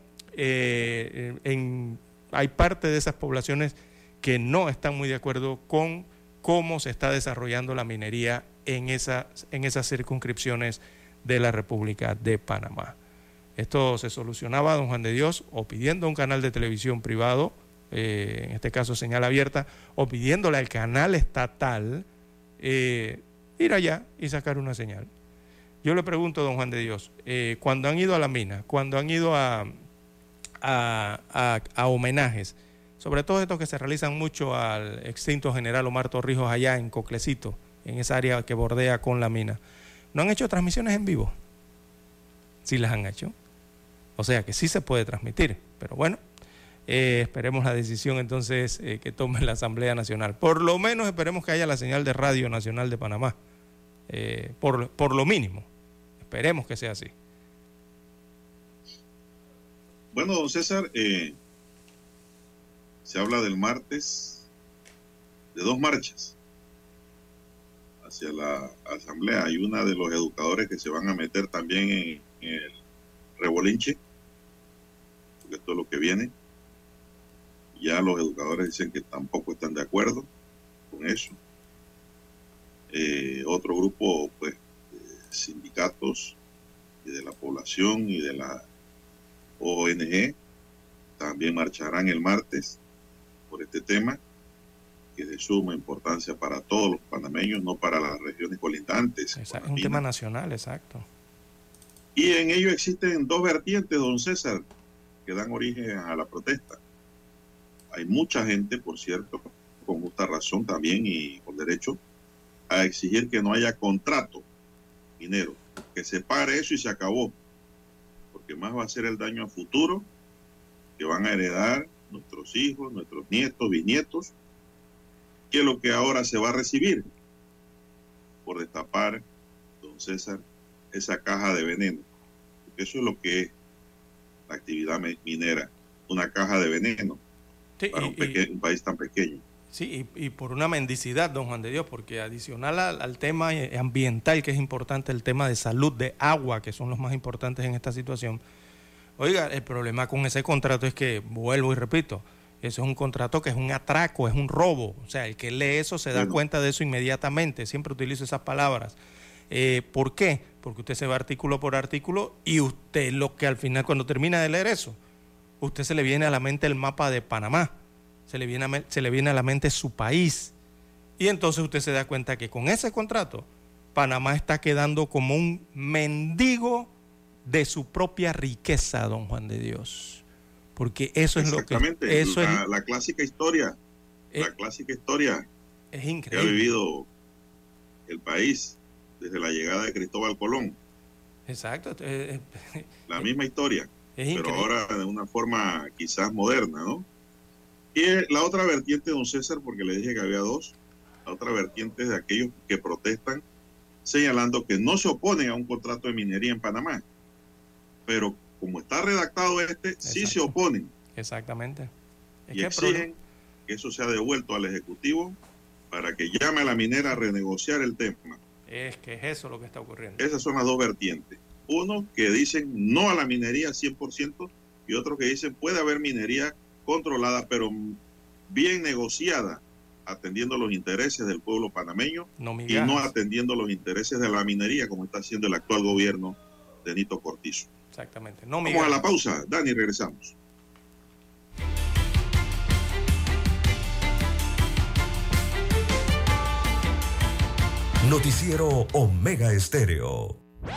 hay parte de esas poblaciones que no están muy de acuerdo con cómo se está desarrollando la minería en esas circunscripciones de la República de Panamá. Esto se solucionaba, don Juan de Dios, o pidiendo un canal de televisión privado, en este caso señal abierta, o pidiéndole al canal estatal ir allá y sacar una señal. Yo le pregunto, don Juan de Dios, cuando han ido a la mina, cuando han ido a homenajes, sobre todo estos que se realizan mucho al extinto general Omar Torrijos allá en Coclecito, en esa área que bordea con la mina, ¿no han hecho transmisiones en vivo? Sí las han hecho. O sea que sí se puede transmitir, pero bueno, esperemos la decisión entonces que tome la Asamblea Nacional. Por lo menos esperemos que haya la señal de Radio Nacional de Panamá, por lo mínimo. Esperemos que sea así. Bueno, don César, se habla del martes de 2 marchas hacia la Asamblea. Hay una de los educadores que se van a meter también en el Rebolinche, porque esto es lo que viene. Ya los educadores dicen que tampoco están de acuerdo con eso. Otro grupo, pues, sindicatos y de la población y de la ONG también marcharán el martes por este tema, que es de suma importancia para todos los panameños, no para las regiones colindantes. Es un tema nacional, exacto. Y en ello existen dos vertientes, don César, que dan origen a la protesta. Hay mucha gente, por cierto, con justa razón también y con derecho, a exigir que no haya contrato minero, que se pare eso y se acabó, porque más va a ser el daño a futuro que van a heredar nuestros hijos, nuestros nietos, bisnietos, que lo que ahora se va a recibir por destapar, don César, esa caja de veneno, porque eso es lo que es la actividad minera, una caja de veneno, sí, para un país tan pequeño. Sí, y por una mendicidad, don Juan de Dios, porque adicional al tema ambiental, que es importante, el tema de salud, de agua, que son los más importantes en esta situación. Oiga, el problema con ese contrato es que, vuelvo y repito, eso es un contrato que es un atraco, es un robo. O sea, el que lee eso se da cuenta de eso inmediatamente. Siempre utilizo esas palabras. ¿Por qué? Porque usted se va artículo por artículo y usted lo que al final, cuando termina de leer eso, usted se le viene a la mente el mapa de Panamá. Se le viene a la mente su país. Y entonces usted se da cuenta que con ese contrato, Panamá está quedando como un mendigo de su propia riqueza, don Juan de Dios. Porque eso es lo que... Eso la clásica historia. La clásica historia es increíble que ha vivido el país desde la llegada de Cristóbal Colón. Exacto. La misma historia, pero ahora de una forma quizás moderna, ¿no? Y la otra vertiente, don César, porque le dije que había dos, la otra vertiente es de aquellos que protestan señalando que no se oponen a un contrato de minería en Panamá, pero como está redactado sí se oponen. Exactamente. Y exigen que eso sea devuelto al Ejecutivo para que llame a la minera a renegociar el tema. Es que es eso lo que está ocurriendo. Esas son las dos vertientes. Uno que dicen no a la minería 100% y otro que dicen puede haber minería controlada, pero bien negociada, atendiendo los intereses del pueblo panameño y no atendiendo los intereses de la minería, como está haciendo el actual gobierno de Nito Cortizo. Exactamente. Vamos a la pausa, Dani, regresamos. Noticiero Omega Estéreo.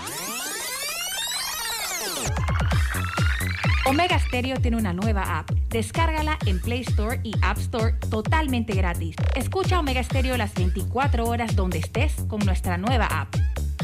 Omega Stereo tiene una nueva app. Descárgala en Play Store y App Store totalmente gratis. Escucha Omega Stereo las 24 horas donde estés con nuestra nueva app.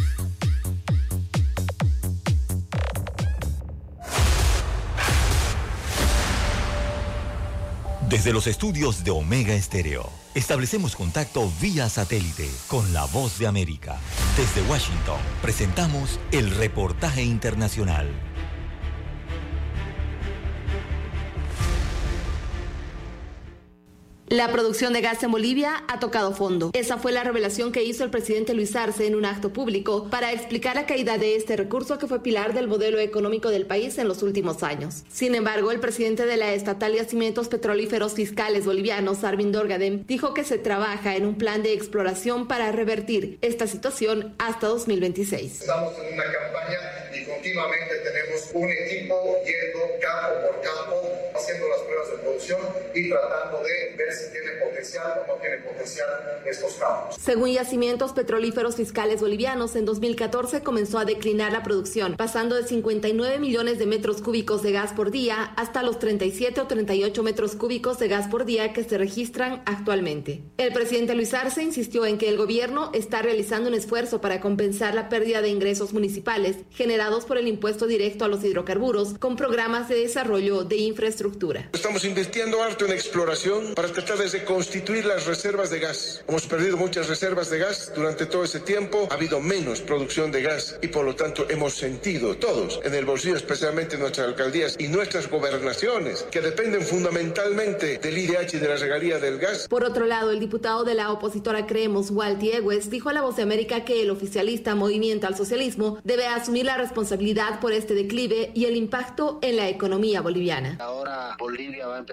Desde los estudios de Omega Estéreo, establecemos contacto vía satélite con la Voz de América. Desde Washington, presentamos el reportaje internacional. La producción de gas en Bolivia ha tocado fondo. Esa fue la revelación que hizo el presidente Luis Arce en un acto público para explicar la caída de este recurso que fue pilar del modelo económico del país en los últimos años. Sin embargo, el presidente de la Estatal de Yacimientos Petrolíferos Fiscales Bolivianos, Arvin Dorgadem, dijo que se trabaja en un plan de exploración para revertir esta situación hasta 2026. Estamos en una campaña y continuamente tenemos un equipo yendo campo por campo, haciendo las pruebas de producción y tratando de ver si tiene potencial o no tiene potencial estos campos. Según Yacimientos Petrolíferos Fiscales Bolivianos, en 2014 comenzó a declinar la producción, pasando de 59 millones de metros cúbicos de gas por día hasta los 37 o 38 metros cúbicos de gas por día que se registran actualmente. El presidente Luis Arce insistió en que el gobierno está realizando un esfuerzo para compensar la pérdida de ingresos municipales generados por el impuesto directo a los hidrocarburos con programas de desarrollo de infraestructura. Estamos invirtiendo harto en exploración para tratar de reconstituir las reservas de gas. Hemos perdido muchas reservas de gas durante todo ese tiempo, ha habido menos producción de gas y por lo tanto hemos sentido todos en el bolsillo, especialmente nuestras alcaldías y nuestras gobernaciones, que dependen fundamentalmente del IDH y de la regalía del gas. Por otro lado, el diputado de la opositora Creemos, Walty Egues, dijo a La Voz de América que el oficialista Movimiento al Socialismo debe asumir la responsabilidad por este declive y el impacto en la economía boliviana. Ahora Bolivia va a empezar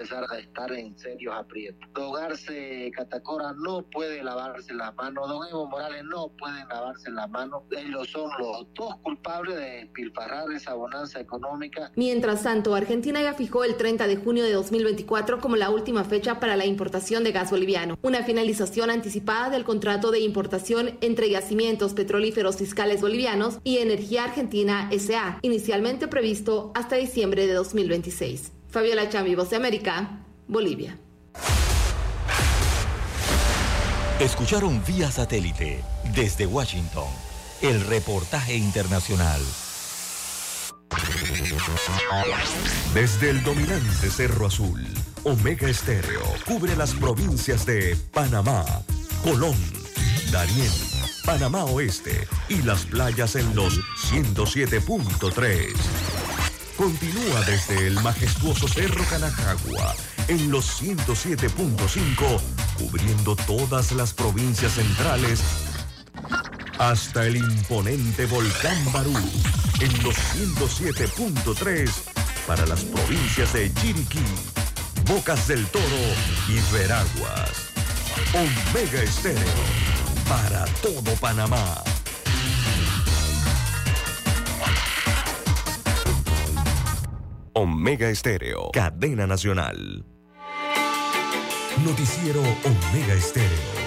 empezar a estar en serios aprietos. Don Arce Catacora no puede lavarse las manos, don Evo Morales no pueden lavarse las manos. Ellos son los dos culpables de despilfarrar esa bonanza económica. Mientras tanto, Argentina ya fijó el 30 de junio de 2024 como la última fecha para la importación de gas boliviano, una finalización anticipada del contrato de importación entre Yacimientos Petrolíferos Fiscales Bolivianos y Energía Argentina S.A., inicialmente previsto hasta diciembre de 2026. Fabiola Chambi, Voz de América, Bolivia. Escucharon vía satélite desde Washington el reportaje internacional. Desde el dominante Cerro Azul, Omega Estéreo cubre las provincias de Panamá, Colón, Darién, Panamá Oeste y las playas en los 107.3. Continúa desde el majestuoso Cerro Canajagua en los 107.5, cubriendo todas las provincias centrales hasta el imponente Volcán Barú en los 107.3 para las provincias de Chiriquí, Bocas del Toro y Veraguas. Omega Estéreo para todo Panamá. Omega Estéreo, cadena nacional. Noticiero Omega Estéreo.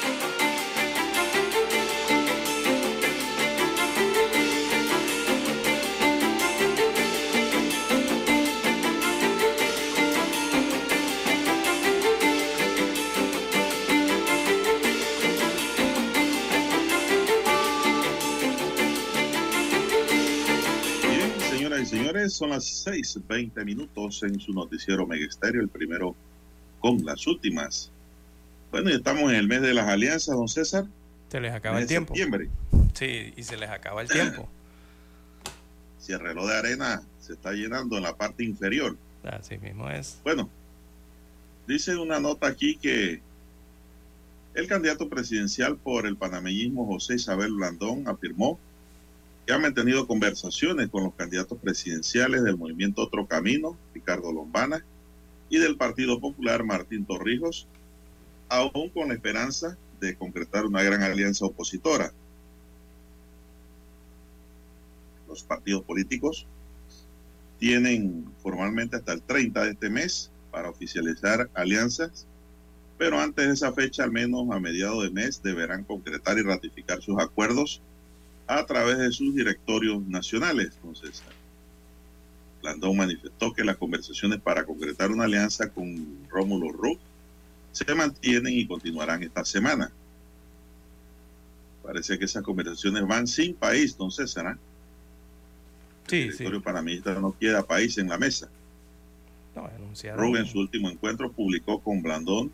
Señores, son las 6:20 en su noticiero Omega Estéreo, el primero con las últimas. Bueno, ya estamos en el mes de las alianzas, don César. Se les acaba el tiempo. Septiembre. Sí, y se les acaba el tiempo. Si el reloj de arena se está llenando en la parte inferior. Así mismo es. Bueno, dice una nota aquí que el candidato presidencial por el panameñismo José Isabel Blandón afirmó que ha mantenido conversaciones con los candidatos presidenciales del movimiento Otro Camino, Ricardo Lombana, y del Partido Popular, Martín Torrijos, aún con la esperanza de concretar una gran alianza opositora. Los partidos políticos tienen formalmente hasta el 30 de este mes para oficializar alianzas, pero antes de esa fecha, al menos a mediados de mes, deberán concretar y ratificar sus acuerdos a través de sus directorios nacionales. Entonces, Blandón manifestó que las conversaciones para concretar una alianza con Rómulo Rux se mantienen y continuarán esta semana. Parece que esas conversaciones van sin país, entonces, ¿será? El directorio panameñista no queda país en la mesa. No, Rux en su último encuentro publicó con Blandón,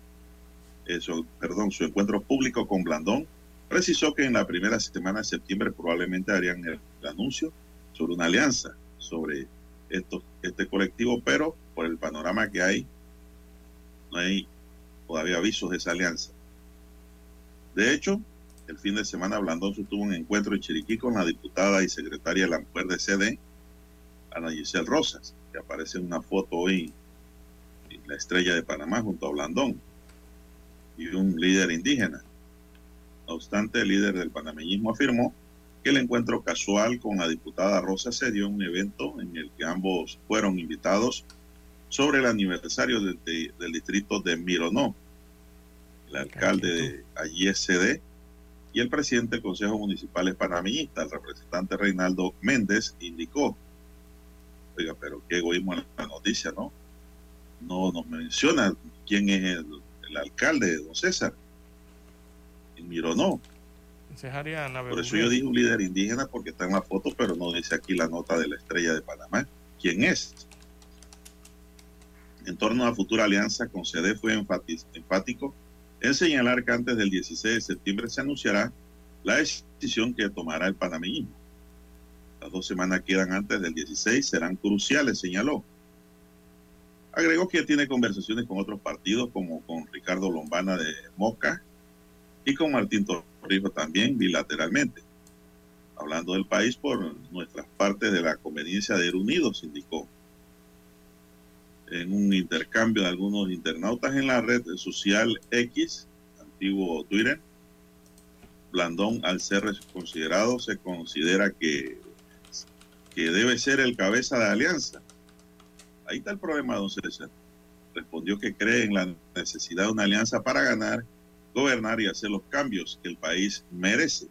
su encuentro público con Blandón, precisó que en la primera semana de septiembre probablemente harían el anuncio sobre una alianza sobre este colectivo, pero por el panorama que hay, no hay todavía avisos de esa alianza. De hecho, el fin de semana Blandón sostuvo un encuentro en Chiriquí con la diputada y secretaria de la mujer de CD, Ana Giselle Rosas, que aparece en una foto hoy en la Estrella de Panamá junto a Blandón y un líder indígena. No obstante, el líder del panameñismo afirmó que el encuentro casual con la diputada Rosa se dio en un evento en el que ambos fueron invitados sobre el aniversario del distrito de Mironó. El alcalde de allí es CD y el presidente del Consejo Municipal panameñista, el representante Reinaldo Méndez, indicó, oiga, pero qué egoísmo en la noticia, ¿no? No nos menciona quién es el alcalde, don César. Mironó. Por eso yo dije un líder indígena porque está en la foto, pero no dice aquí la nota de la Estrella de Panamá. ¿Quién es? En torno a la futura alianza con CD fue enfático en señalar que antes del 16 de septiembre se anunciará la decisión que tomará el panameñismo. Las 2 semanas que quedan antes del 16 serán cruciales, señaló. Agregó que tiene conversaciones con otros partidos como con Ricardo Lombana de Moca y con Martín Torrijos también bilateralmente. Hablando del país por nuestras partes de la conveniencia de ir unidos, indicó. en un intercambio de algunos internautas en la red social X, antiguo Twitter. Blandón, al ser considerado, se considera que debe ser el cabeza de Alianza. Ahí está el problema, don César. Respondió que cree en la necesidad de una alianza para ganar, gobernar y hacer los cambios que el país merece.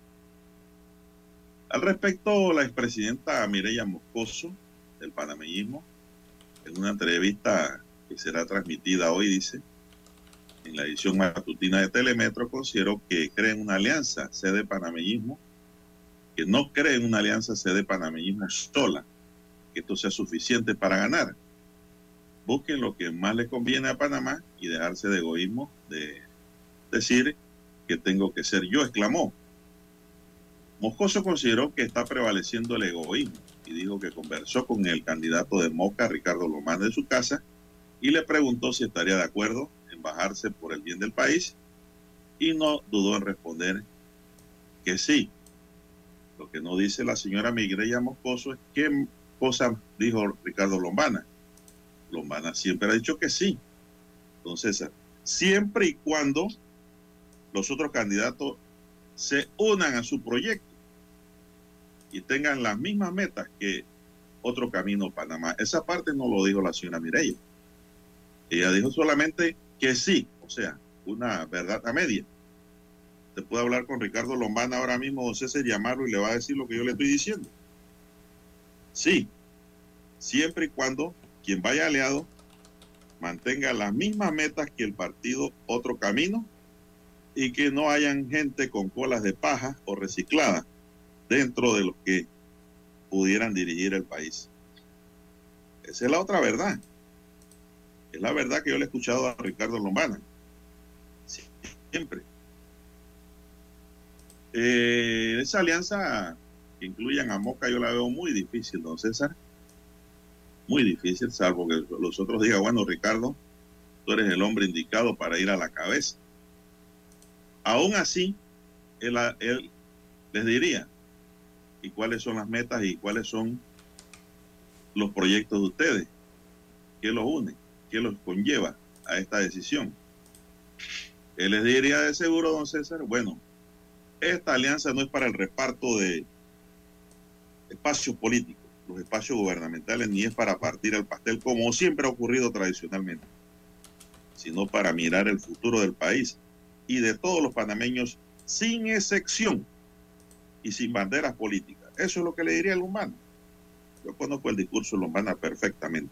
Al respecto, la expresidenta Mireya Moscoso, del panameñismo, en una entrevista que será transmitida hoy, dice, en la edición matutina de Telemetro, consideró que cree en una alianza sede panameñismo, que no cree en una alianza sede panameñismo sola, que esto sea suficiente para ganar. Busquen lo que más le conviene a Panamá y dejarse de egoísmo, de decir que tengo que ser yo, exclamó. Moscoso consideró que está prevaleciendo el egoísmo y dijo que conversó con el candidato de Moca, Ricardo Lomana, de su casa, y le preguntó si estaría de acuerdo en bajarse por el bien del país, y no dudó en responder que sí. Lo que no dice la señora Mireya Moscoso es qué cosa dijo Ricardo Lombana. Lombana siempre ha dicho que sí. Entonces, siempre y cuando los otros candidatos se unan a su proyecto y tengan las mismas metas que Otro Camino Panamá. Esa parte no lo dijo la señora Mireya. Ella dijo solamente que sí, o sea, una verdad a media. Se puede hablar con Ricardo Lombana ahora mismo, don César, llamarlo y le va a decir lo que yo le estoy diciendo. Sí, siempre y cuando quien vaya aliado mantenga las mismas metas que el partido Otro Camino y que no hayan gente con colas de paja o reciclada dentro de los que pudieran dirigir el país. Esa es la otra verdad. Es la verdad que yo le he escuchado a Ricardo Lombana. Siempre. Esa alianza que incluyan a Moca yo la veo muy difícil, don César. Muy difícil, salvo que los otros digan, bueno, Ricardo, tú eres el hombre indicado para ir a la cabeza. Aún así, él les diría, ¿y cuáles son las metas y cuáles son los proyectos de ustedes? ¿Qué los une? ¿Qué los conlleva a esta decisión? Él les diría de seguro, don César, bueno, esta alianza no es para el reparto de espacios políticos, los espacios gubernamentales, ni es para partir el pastel, como siempre ha ocurrido tradicionalmente, sino para mirar el futuro del país y de todos los panameños, sin excepción y sin banderas políticas. Eso es lo que le diría a Lombana. Yo conozco el discurso de Lombana perfectamente.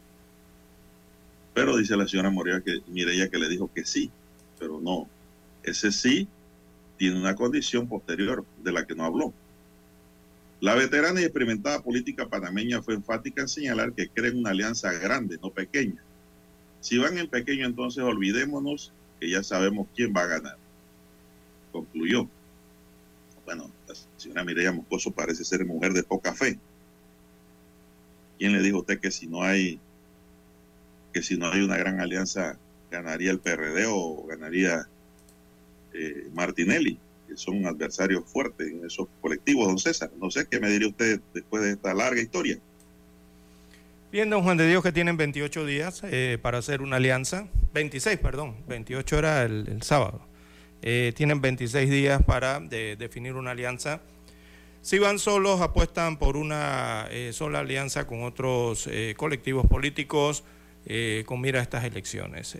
Pero dice la señora Mireya que le dijo que sí, pero no. Ese sí tiene una condición posterior de la que no habló. La veterana y experimentada política panameña fue enfática en señalar que cree en una alianza grande, no pequeña. Si van en pequeño, entonces olvidémonos que ya sabemos quién va a ganar. Concluyó. Bueno, la señora Mireya Moscoso parece ser mujer de poca fe. ¿Quién le dijo a usted que si no hay una gran alianza ganaría el PRD o ganaría Martinelli, que son adversarios fuertes en esos colectivos, don César? No sé qué me diría usted después de esta larga historia. Bien, don Juan de Dios, que tienen 28 días para hacer una alianza. 26, perdón, 28 era el sábado. Tienen 26 días para definir una alianza. Si van solos, apuestan por una sola alianza con otros colectivos políticos con mira a estas elecciones.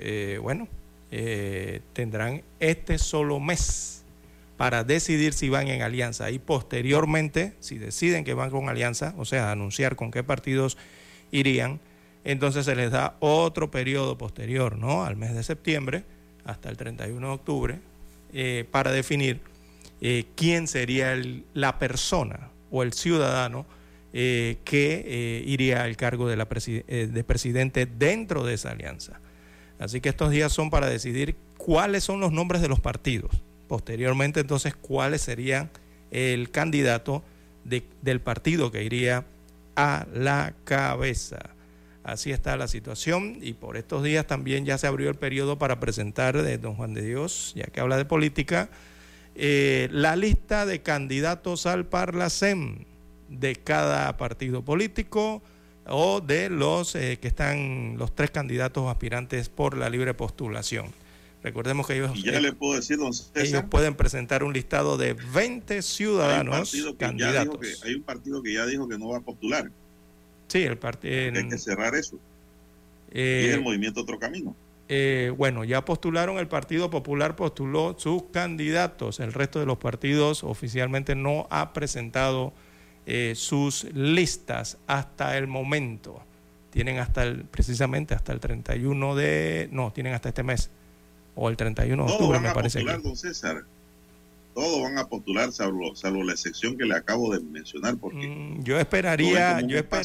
Tendrán este solo mes para decidir si van en alianza y posteriormente, si deciden que van con alianza, o sea, anunciar con qué partidos irían, entonces se les da otro periodo posterior, ¿no?, al mes de septiembre hasta el 31 de octubre para definir quién sería la persona o el ciudadano que iría al cargo de presidente dentro de esa alianza. Así que estos días son para decidir cuáles son los nombres de los partidos. Posteriormente, entonces, cuáles serían el candidato del partido que iría a la cabeza. Así está la situación y por estos días también ya se abrió el periodo para presentar, don Juan de Dios, ya que habla de política, la lista de candidatos al Parlacén de cada partido político o de los que están los 3 candidatos aspirantes por la libre postulación. Recordemos que ellos, y ya le puedo decir, don César, ellos pueden presentar un listado de 20 ciudadanos candidatos. Hay un partido que ya dijo que no va a postular. Sí, el partido. Hay que cerrar eso. Y es el movimiento Otro Camino. Bueno, ya postularon, el Partido Popular postuló sus candidatos. El resto de los partidos oficialmente no ha presentado sus listas hasta el momento. Tienen precisamente hasta el 31 de... No, tienen hasta este mes. O el 31 de octubre, me parece. Todos van a postular, don César. Todos van a postular, salvo la excepción que le acabo de mencionar. Porque yo esperaría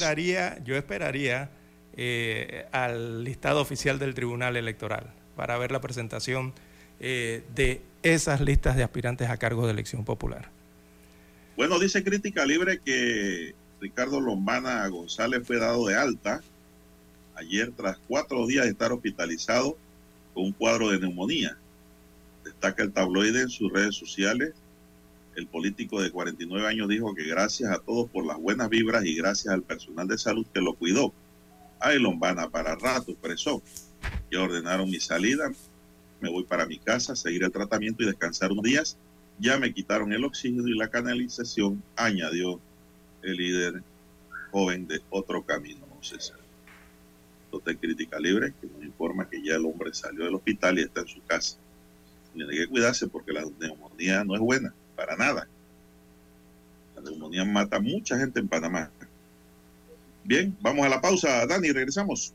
al listado oficial del Tribunal Electoral para ver la presentación de esas listas de aspirantes a cargo de elección popular. Bueno, dice Crítica Libre que Ricardo Lombana González fue dado de alta ayer tras 4 días de estar hospitalizado con un cuadro de neumonía. Destaca el tabloide en sus redes sociales. El político de 49 años dijo que gracias a todos por las buenas vibras y gracias al personal de salud que lo cuidó. Ay, Lombana, para rato, expresó. Ya ordenaron mi salida, me voy para mi casa, seguir el tratamiento y descansar unos días. Ya me quitaron el oxígeno y la canalización, añadió el líder joven de Otro Camino, no César. Total Crítica Libre, que nos informa que ya el hombre salió del hospital y está en su casa. Tiene que cuidarse porque la neumonía no es buena, para nada. La neumonía mata a mucha gente en Panamá. Bien, vamos a la pausa, Dani, regresamos.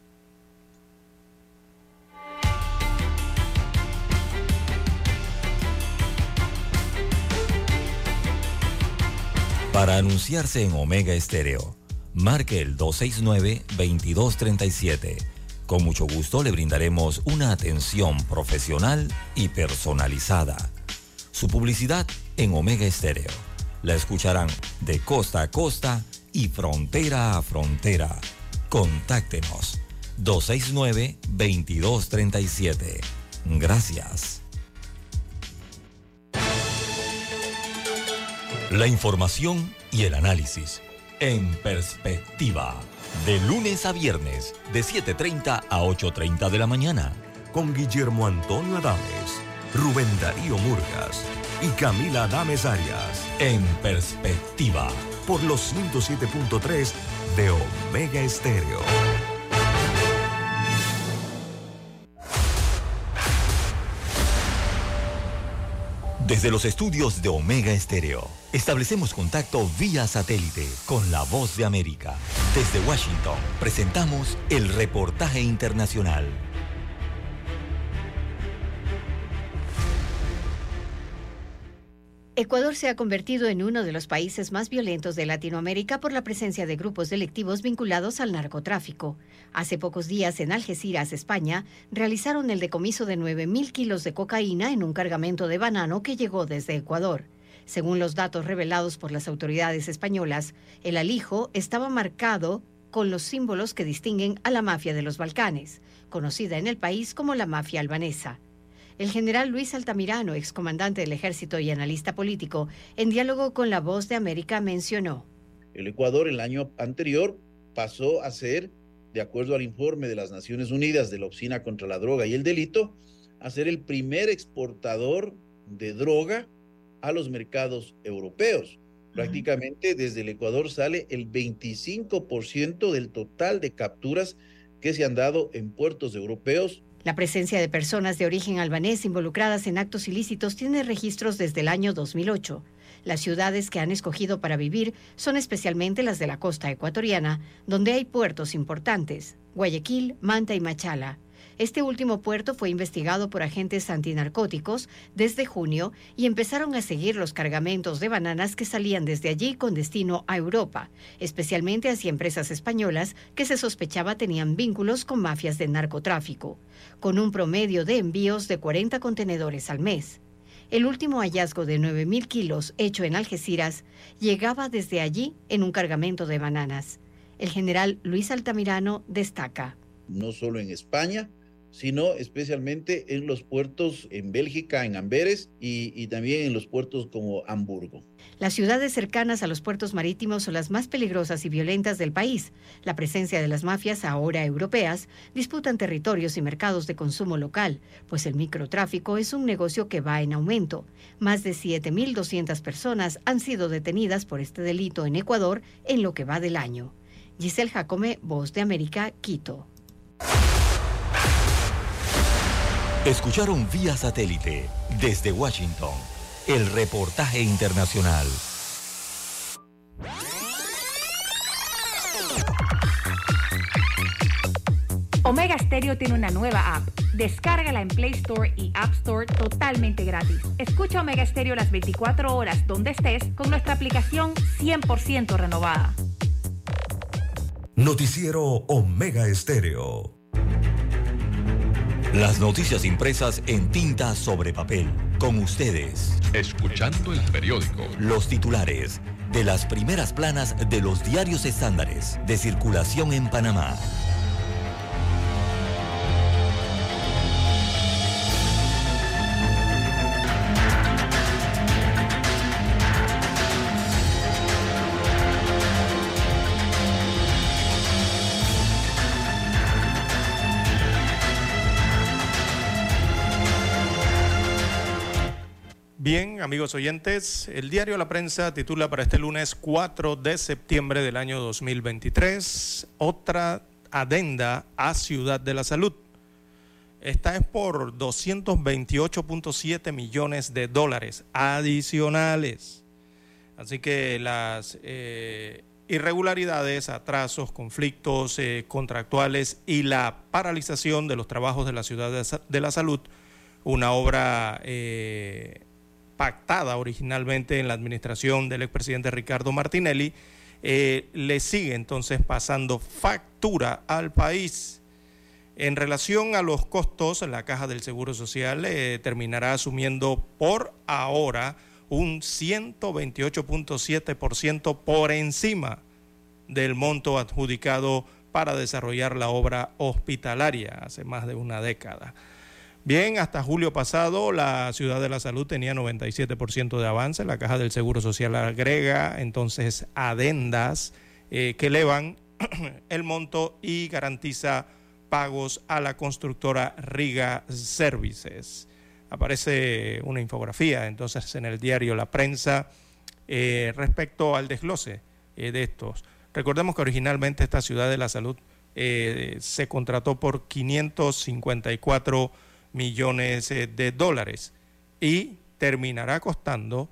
Para anunciarse en Omega Estéreo, marque el 269-2237. Con mucho gusto le brindaremos una atención profesional y personalizada. Su publicidad en Omega Estéreo. La escucharán de costa a costa y frontera a frontera. Contáctenos 269-2237. Gracias. La información y el análisis en perspectiva. De lunes a viernes, de 7:30 a 8:30 de la mañana. Con Guillermo Antonio Adames, Rubén Darío Murgas y Camila Adames Arias. En perspectiva. Por los 107.3 de Omega Estéreo. Desde los estudios de Omega Estéreo, establecemos contacto vía satélite con la Voz de América. Desde Washington, presentamos el reportaje internacional. Ecuador se ha convertido en uno de los países más violentos de Latinoamérica por la presencia de grupos delictivos vinculados al narcotráfico. Hace pocos días, en Algeciras, España, realizaron el decomiso de 9.000 kilos de cocaína en un cargamento de banano que llegó desde Ecuador. Según los datos revelados por las autoridades españolas, el alijo estaba marcado con los símbolos que distinguen a la mafia de los Balcanes, conocida en el país como la mafia albanesa. El general Luis Altamirano, excomandante del Ejército y analista político, en diálogo con La Voz de América mencionó: el Ecuador el año anterior pasó a ser, de acuerdo al informe de las Naciones Unidas de la Oficina contra la Droga y el Delito, a ser el primer exportador de droga a los mercados europeos. Prácticamente desde el Ecuador sale el 25% del total de capturas que se han dado en puertos europeos. La presencia de personas de origen albanés involucradas en actos ilícitos tiene registros desde el año 2008. Las ciudades que han escogido para vivir son especialmente las de la costa ecuatoriana, donde hay puertos importantes: Guayaquil, Manta y Machala. Este último puerto fue investigado por agentes antinarcóticos desde junio y empezaron a seguir los cargamentos de bananas que salían desde allí con destino a Europa, especialmente hacia empresas españolas que se sospechaba tenían vínculos con mafias de narcotráfico, con un promedio de envíos de 40 contenedores al mes. El último hallazgo de 9.000 kilos hecho en Algeciras llegaba desde allí en un cargamento de bananas. El general Luis Altamirano destaca: no solo en España, sino especialmente en los puertos en Bélgica, en Amberes y también en los puertos como Hamburgo. Las ciudades cercanas a los puertos marítimos son las más peligrosas y violentas del país. La presencia de las mafias, ahora europeas, disputan territorios y mercados de consumo local, pues el microtráfico es un negocio que va en aumento. Más de 7.200 personas han sido detenidas por este delito en Ecuador en lo que va del año. Giselle Jacome, Voz de América, Quito. Escucharon vía satélite desde Washington el reportaje internacional. Omega Stereo tiene una nueva app. Descárgala en Play Store y App Store totalmente gratis. Escucha Omega Stereo las 24 horas donde estés con nuestra aplicación 100% renovada. Noticiero Omega Estéreo. Las noticias impresas en tinta sobre papel. Con ustedes. Escuchando el periódico. Los titulares de las primeras planas de los diarios estándares de circulación en Panamá. Bien, amigos oyentes, el diario La Prensa titula para este lunes 4 de septiembre del año 2023, otra adenda a Ciudad de la Salud. Esta es por 228.7 millones de dólares adicionales. Así que las irregularidades, atrasos, conflictos contractuales y la paralización de los trabajos de la Ciudad de la Salud, una obra pactada originalmente en la administración del expresidente Ricardo Martinelli, le sigue entonces pasando factura al país. En relación a los costos, la Caja del Seguro Social terminará asumiendo por ahora un 128.7% por encima del monto adjudicado para desarrollar la obra hospitalaria hace más de una década. Bien, hasta julio pasado la Ciudad de la Salud tenía 97% de avance. La Caja del Seguro Social agrega entonces adendas que elevan el monto y garantiza pagos a la constructora Riga Services. Aparece una infografía entonces en el diario La Prensa respecto al desglose de estos. Recordemos que originalmente esta Ciudad de la Salud se contrató por 554 millones de dólares y terminará costando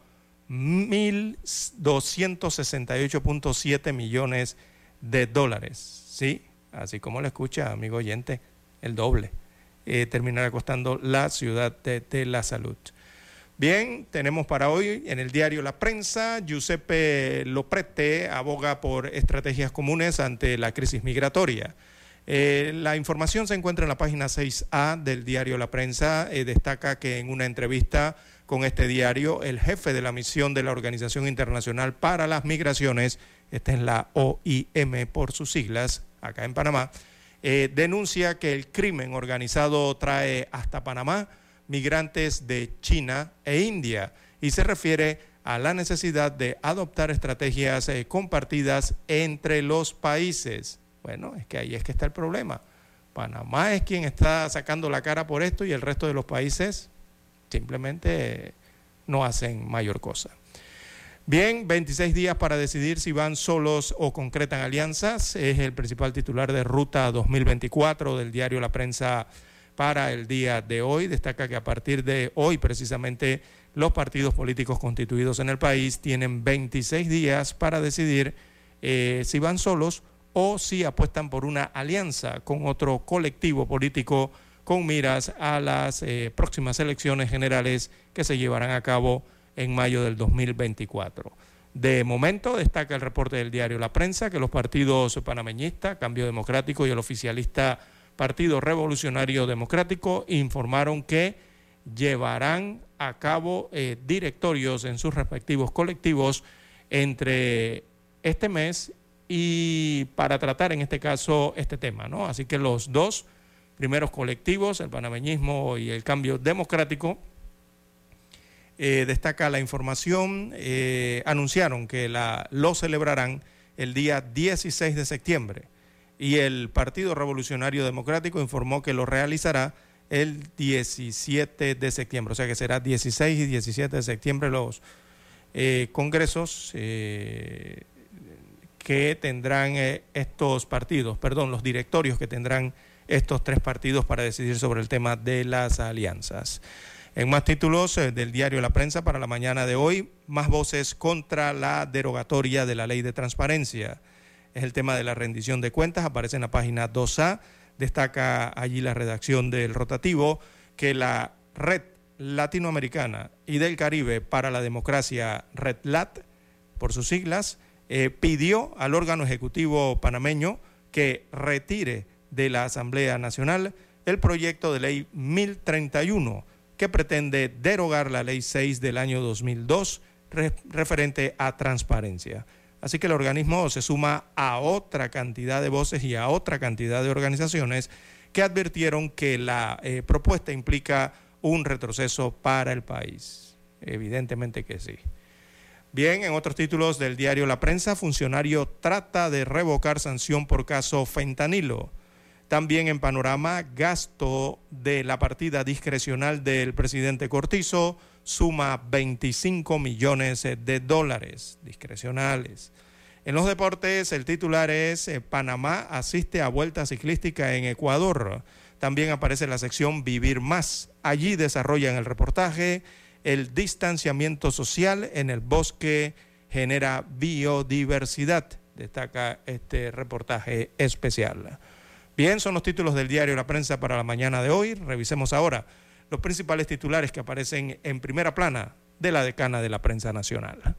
1.268.7 millones de dólares. Sí, así como lo escucha, amigo oyente, el doble. Terminará costando la Ciudad de la Salud. Bien, tenemos para hoy en el diario La Prensa, Giuseppe Loprete aboga por estrategias comunes ante la crisis migratoria. La información se encuentra en la página 6A del diario La Prensa. Destaca que en una entrevista con este diario, el jefe de la misión de la Organización Internacional para las Migraciones, esta es la OIM por sus siglas, acá en Panamá, denuncia que el crimen organizado trae hasta Panamá migrantes de China e India y se refiere a la necesidad de adoptar estrategias compartidas entre los países. Bueno, es que ahí es que está el problema. Panamá es quien está sacando la cara por esto y el resto de los países simplemente no hacen mayor cosa. Bien, 26 días para decidir si van solos o concretan alianzas. Es el principal titular de Ruta 2024 del diario La Prensa para el día de hoy. Destaca que a partir de hoy precisamente los partidos políticos constituidos en el país tienen 26 días para decidir si van solos o si apuestan por una alianza con otro colectivo político con miras a las próximas elecciones generales que se llevarán a cabo en mayo del 2024. De momento, destaca el reporte del diario La Prensa que los partidos panameñista, Cambio Democrático y el oficialista Partido Revolucionario Democrático informaron que llevarán a cabo directorios en sus respectivos colectivos entre este mes y para tratar en este caso este tema, ¿no? Así que los dos primeros colectivos, el panameñismo y el cambio democrático. Destaca la información, anunciaron que lo celebrarán el día 16 de septiembre y el Partido Revolucionario Democrático informó que lo realizará el 17 de septiembre, o sea que será 16 y 17 de septiembre los congresos que tendrán estos partidos, los directorios que tendrán estos tres partidos para decidir sobre el tema de las alianzas. En más títulos del diario La Prensa para la mañana de hoy, más voces contra la derogatoria de la ley de transparencia. Es el tema de la rendición de cuentas, aparece en la página 2A, destaca allí la redacción del rotativo que la Red Latinoamericana y del Caribe para la Democracia, REDLAT, por sus siglas, pidió al órgano ejecutivo panameño que retire de la Asamblea Nacional el proyecto de ley 1031, que pretende derogar la Ley 6 del año 2002 referente a transparencia. Así que el organismo se suma a otra cantidad de voces y a otra cantidad de organizaciones que advirtieron que la propuesta implica un retroceso para el país. Evidentemente que sí. Bien, en otros títulos del diario La Prensa, funcionario trata de revocar sanción por caso fentanilo. También en Panorama, gasto de la partida discrecional del presidente Cortizo suma 25 millones de dólares discrecionales. En los deportes, el titular es Panamá asiste a vuelta ciclística en Ecuador. También aparece la sección Vivir Más. Allí desarrollan el reportaje el distanciamiento social en el bosque genera biodiversidad. Destaca este reportaje especial. Bien, son los títulos del diario La Prensa para la mañana de hoy. Revisemos ahora los principales titulares que aparecen en primera plana de la decana de la prensa nacional.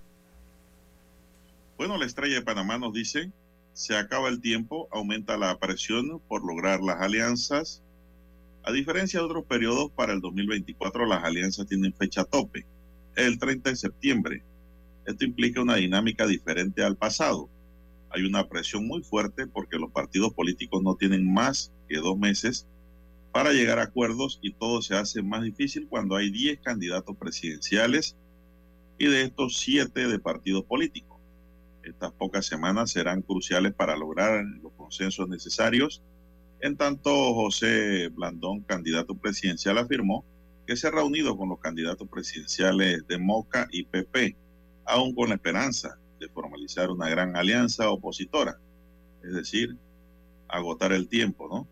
Bueno, la Estrella de Panamá nos dice, se acaba el tiempo, aumenta la presión por lograr las alianzas. A diferencia de otros periodos, para el 2024 las alianzas tienen fecha tope, el 30 de septiembre. Esto implica una dinámica diferente al pasado. Hay una presión muy fuerte porque los partidos políticos no tienen más que 2 meses para llegar a acuerdos y todo se hace más difícil cuando hay 10 candidatos presidenciales y de estos 7 de partidos políticos. Estas pocas semanas serán cruciales para lograr los consensos necesarios. En tanto, José Blandón, candidato presidencial, afirmó que se ha reunido con los candidatos presidenciales de Moca y PP, aún con la esperanza de formalizar una gran alianza opositora, es decir, agotar el tiempo, ¿no?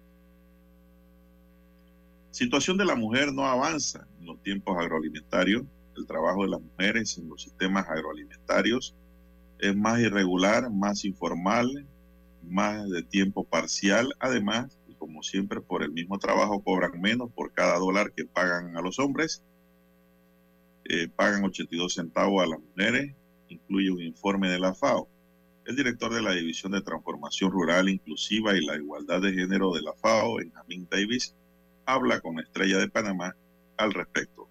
Situación de la mujer no avanza en los tiempos agroalimentarios. El trabajo de las mujeres en los sistemas agroalimentarios es más irregular, más informal, más de tiempo parcial. Además, y como siempre, por el mismo trabajo cobran menos por cada dólar que pagan a los hombres. Pagan 82 centavos a las mujeres, incluye un informe de la FAO. El director de la División de Transformación Rural Inclusiva y la Igualdad de Género de la FAO, Benjamín Davis, habla con la Estrella de Panamá al respecto.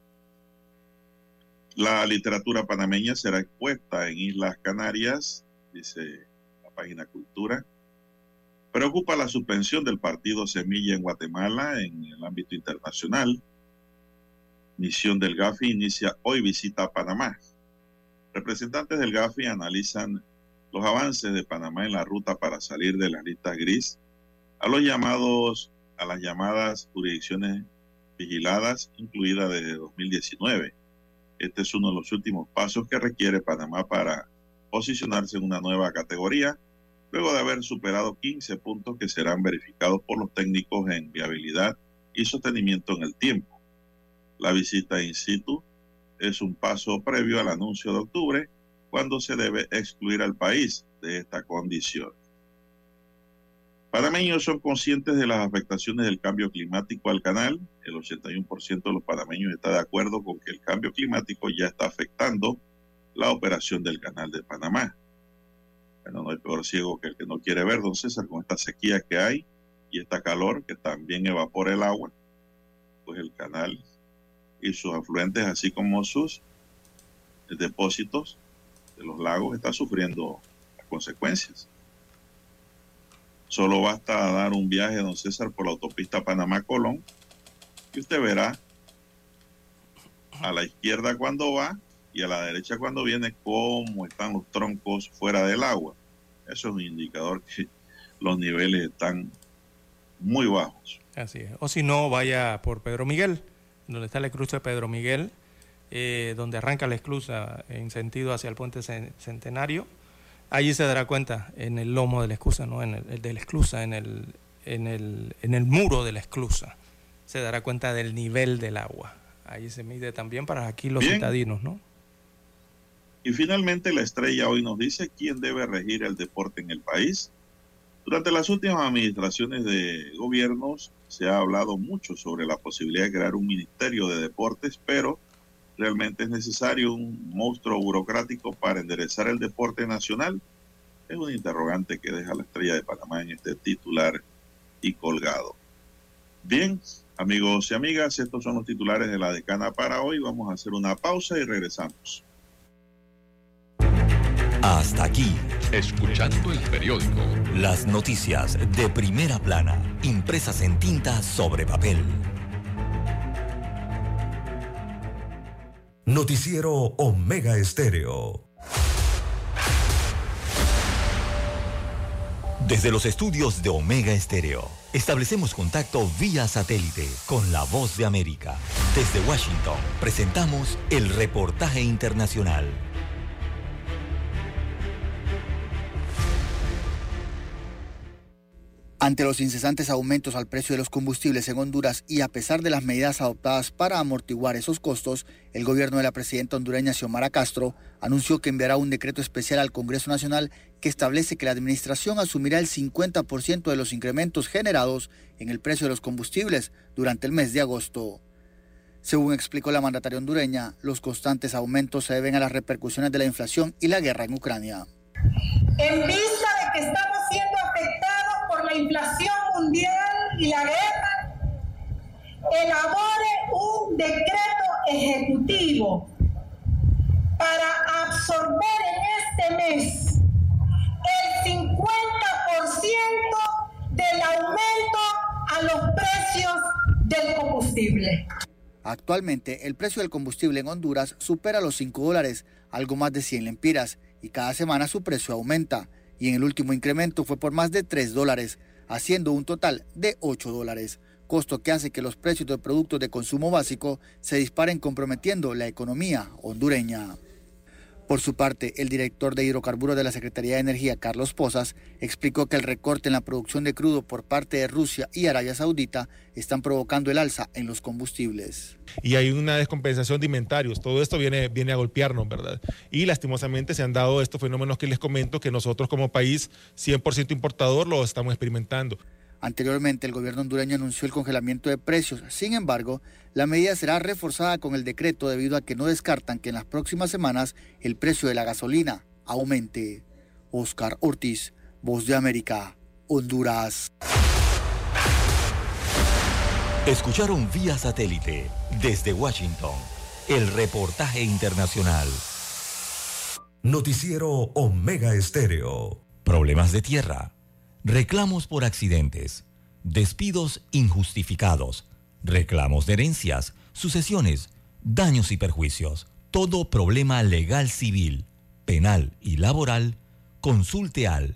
La literatura panameña será expuesta en Islas Canarias, dice la página Cultura. Preocupa la suspensión del partido Semilla en Guatemala en el ámbito internacional. Misión del Gafi inicia hoy visita a Panamá. Representantes del Gafi analizan los avances de Panamá en la ruta para salir de las listas gris a las llamadas jurisdicciones vigiladas, incluida desde 2019. Este es uno de los últimos pasos que requiere Panamá para posicionarse en una nueva categoría, luego de haber superado 15 puntos que serán verificados por los técnicos en viabilidad y sostenimiento en el tiempo. La visita in situ es un paso previo al anuncio de octubre, cuando se debe excluir al país de esta condición. Panameños son conscientes de las afectaciones del cambio climático al canal. El 81% de los panameños está de acuerdo con que el cambio climático ya está afectando la operación del canal de Panamá. Bueno, no hay peor ciego que el que no quiere ver, don César, con esta sequía que hay y esta calor que también evapora el agua, pues el canal y sus afluentes, así como sus depósitos de los lagos, está sufriendo las consecuencias. Solo basta dar un viaje, don César, por la autopista Panamá-Colón y usted verá a la izquierda cuando va y a la derecha cuando viene cómo están los troncos fuera del agua. Eso es un indicador que los niveles están muy bajos. Así es. O si no, vaya por Pedro Miguel, donde está la esclusa de Pedro Miguel, donde arranca la esclusa en sentido hacia el puente Centenario. Allí se dará cuenta en el lomo de la esclusa, ¿no? En el muro de la esclusa. Se dará cuenta del nivel del agua. Ahí se mide también para aquí los citadinos, ¿no? Y finalmente la estrella hoy nos dice quién debe regir el deporte en el país. Durante las últimas administraciones de gobiernos se ha hablado mucho sobre la posibilidad de crear un ministerio de deportes, pero realmente es necesario un monstruo burocrático para enderezar el deporte nacional. Es un interrogante que deja la estrella de Panamá en este titular y colgado. Bien, amigos y amigas, estos son los titulares de la decana para hoy. Vamos a hacer una pausa y regresamos. Hasta aquí, escuchando el periódico. Las noticias de primera plana, impresas en tinta sobre papel. Noticiero Omega Estéreo. Desde los estudios de Omega Estéreo, establecemos contacto vía satélite con la Voz de América. Desde Washington, presentamos el reportaje internacional. Ante los incesantes aumentos al precio de los combustibles en Honduras y a pesar de las medidas adoptadas para amortiguar esos costos, el gobierno de la presidenta hondureña Xiomara Castro anunció que enviará un decreto especial al Congreso Nacional que establece que la administración asumirá el 50% de los incrementos generados en el precio de los combustibles durante el mes de agosto. Según explicó la mandataria hondureña, los constantes aumentos se deben a las repercusiones de la inflación y la guerra en Ucrania. En vista de que estamos siendo afectados por la inflación mundial y la guerra, elabore un decreto ejecutivo para absorber en este mes el 50% del aumento a los precios del combustible. Actualmente, el precio del combustible en Honduras supera los $5, algo más de 100 lempiras, y cada semana su precio aumenta, y en el último incremento fue por más de $3, haciendo un total de $8, costo que hace que los precios de productos de consumo básico se disparen, comprometiendo la economía hondureña. Por su parte, el director de hidrocarburos de la Secretaría de Energía, Carlos Pozas, explicó que el recorte en la producción de crudo por parte de Rusia y Arabia Saudita están provocando el alza en los combustibles. Y hay una descompensación de inventarios. Todo esto viene a golpearnos, ¿verdad? Y lastimosamente se han dado estos fenómenos que les comento, que nosotros como país 100% importador lo estamos experimentando. Anteriormente, el gobierno hondureño anunció el congelamiento de precios. Sin embargo, la medida será reforzada con el decreto debido a que no descartan que en las próximas semanas el precio de la gasolina aumente. Oscar Ortiz, Voz de América, Honduras. Escucharon vía satélite desde Washington el reportaje internacional. Noticiero Omega Estéreo. Problemas de tierra, reclamos por accidentes, despidos injustificados, reclamos de herencias, sucesiones, daños y perjuicios. Todo problema legal civil, penal y laboral, consulte al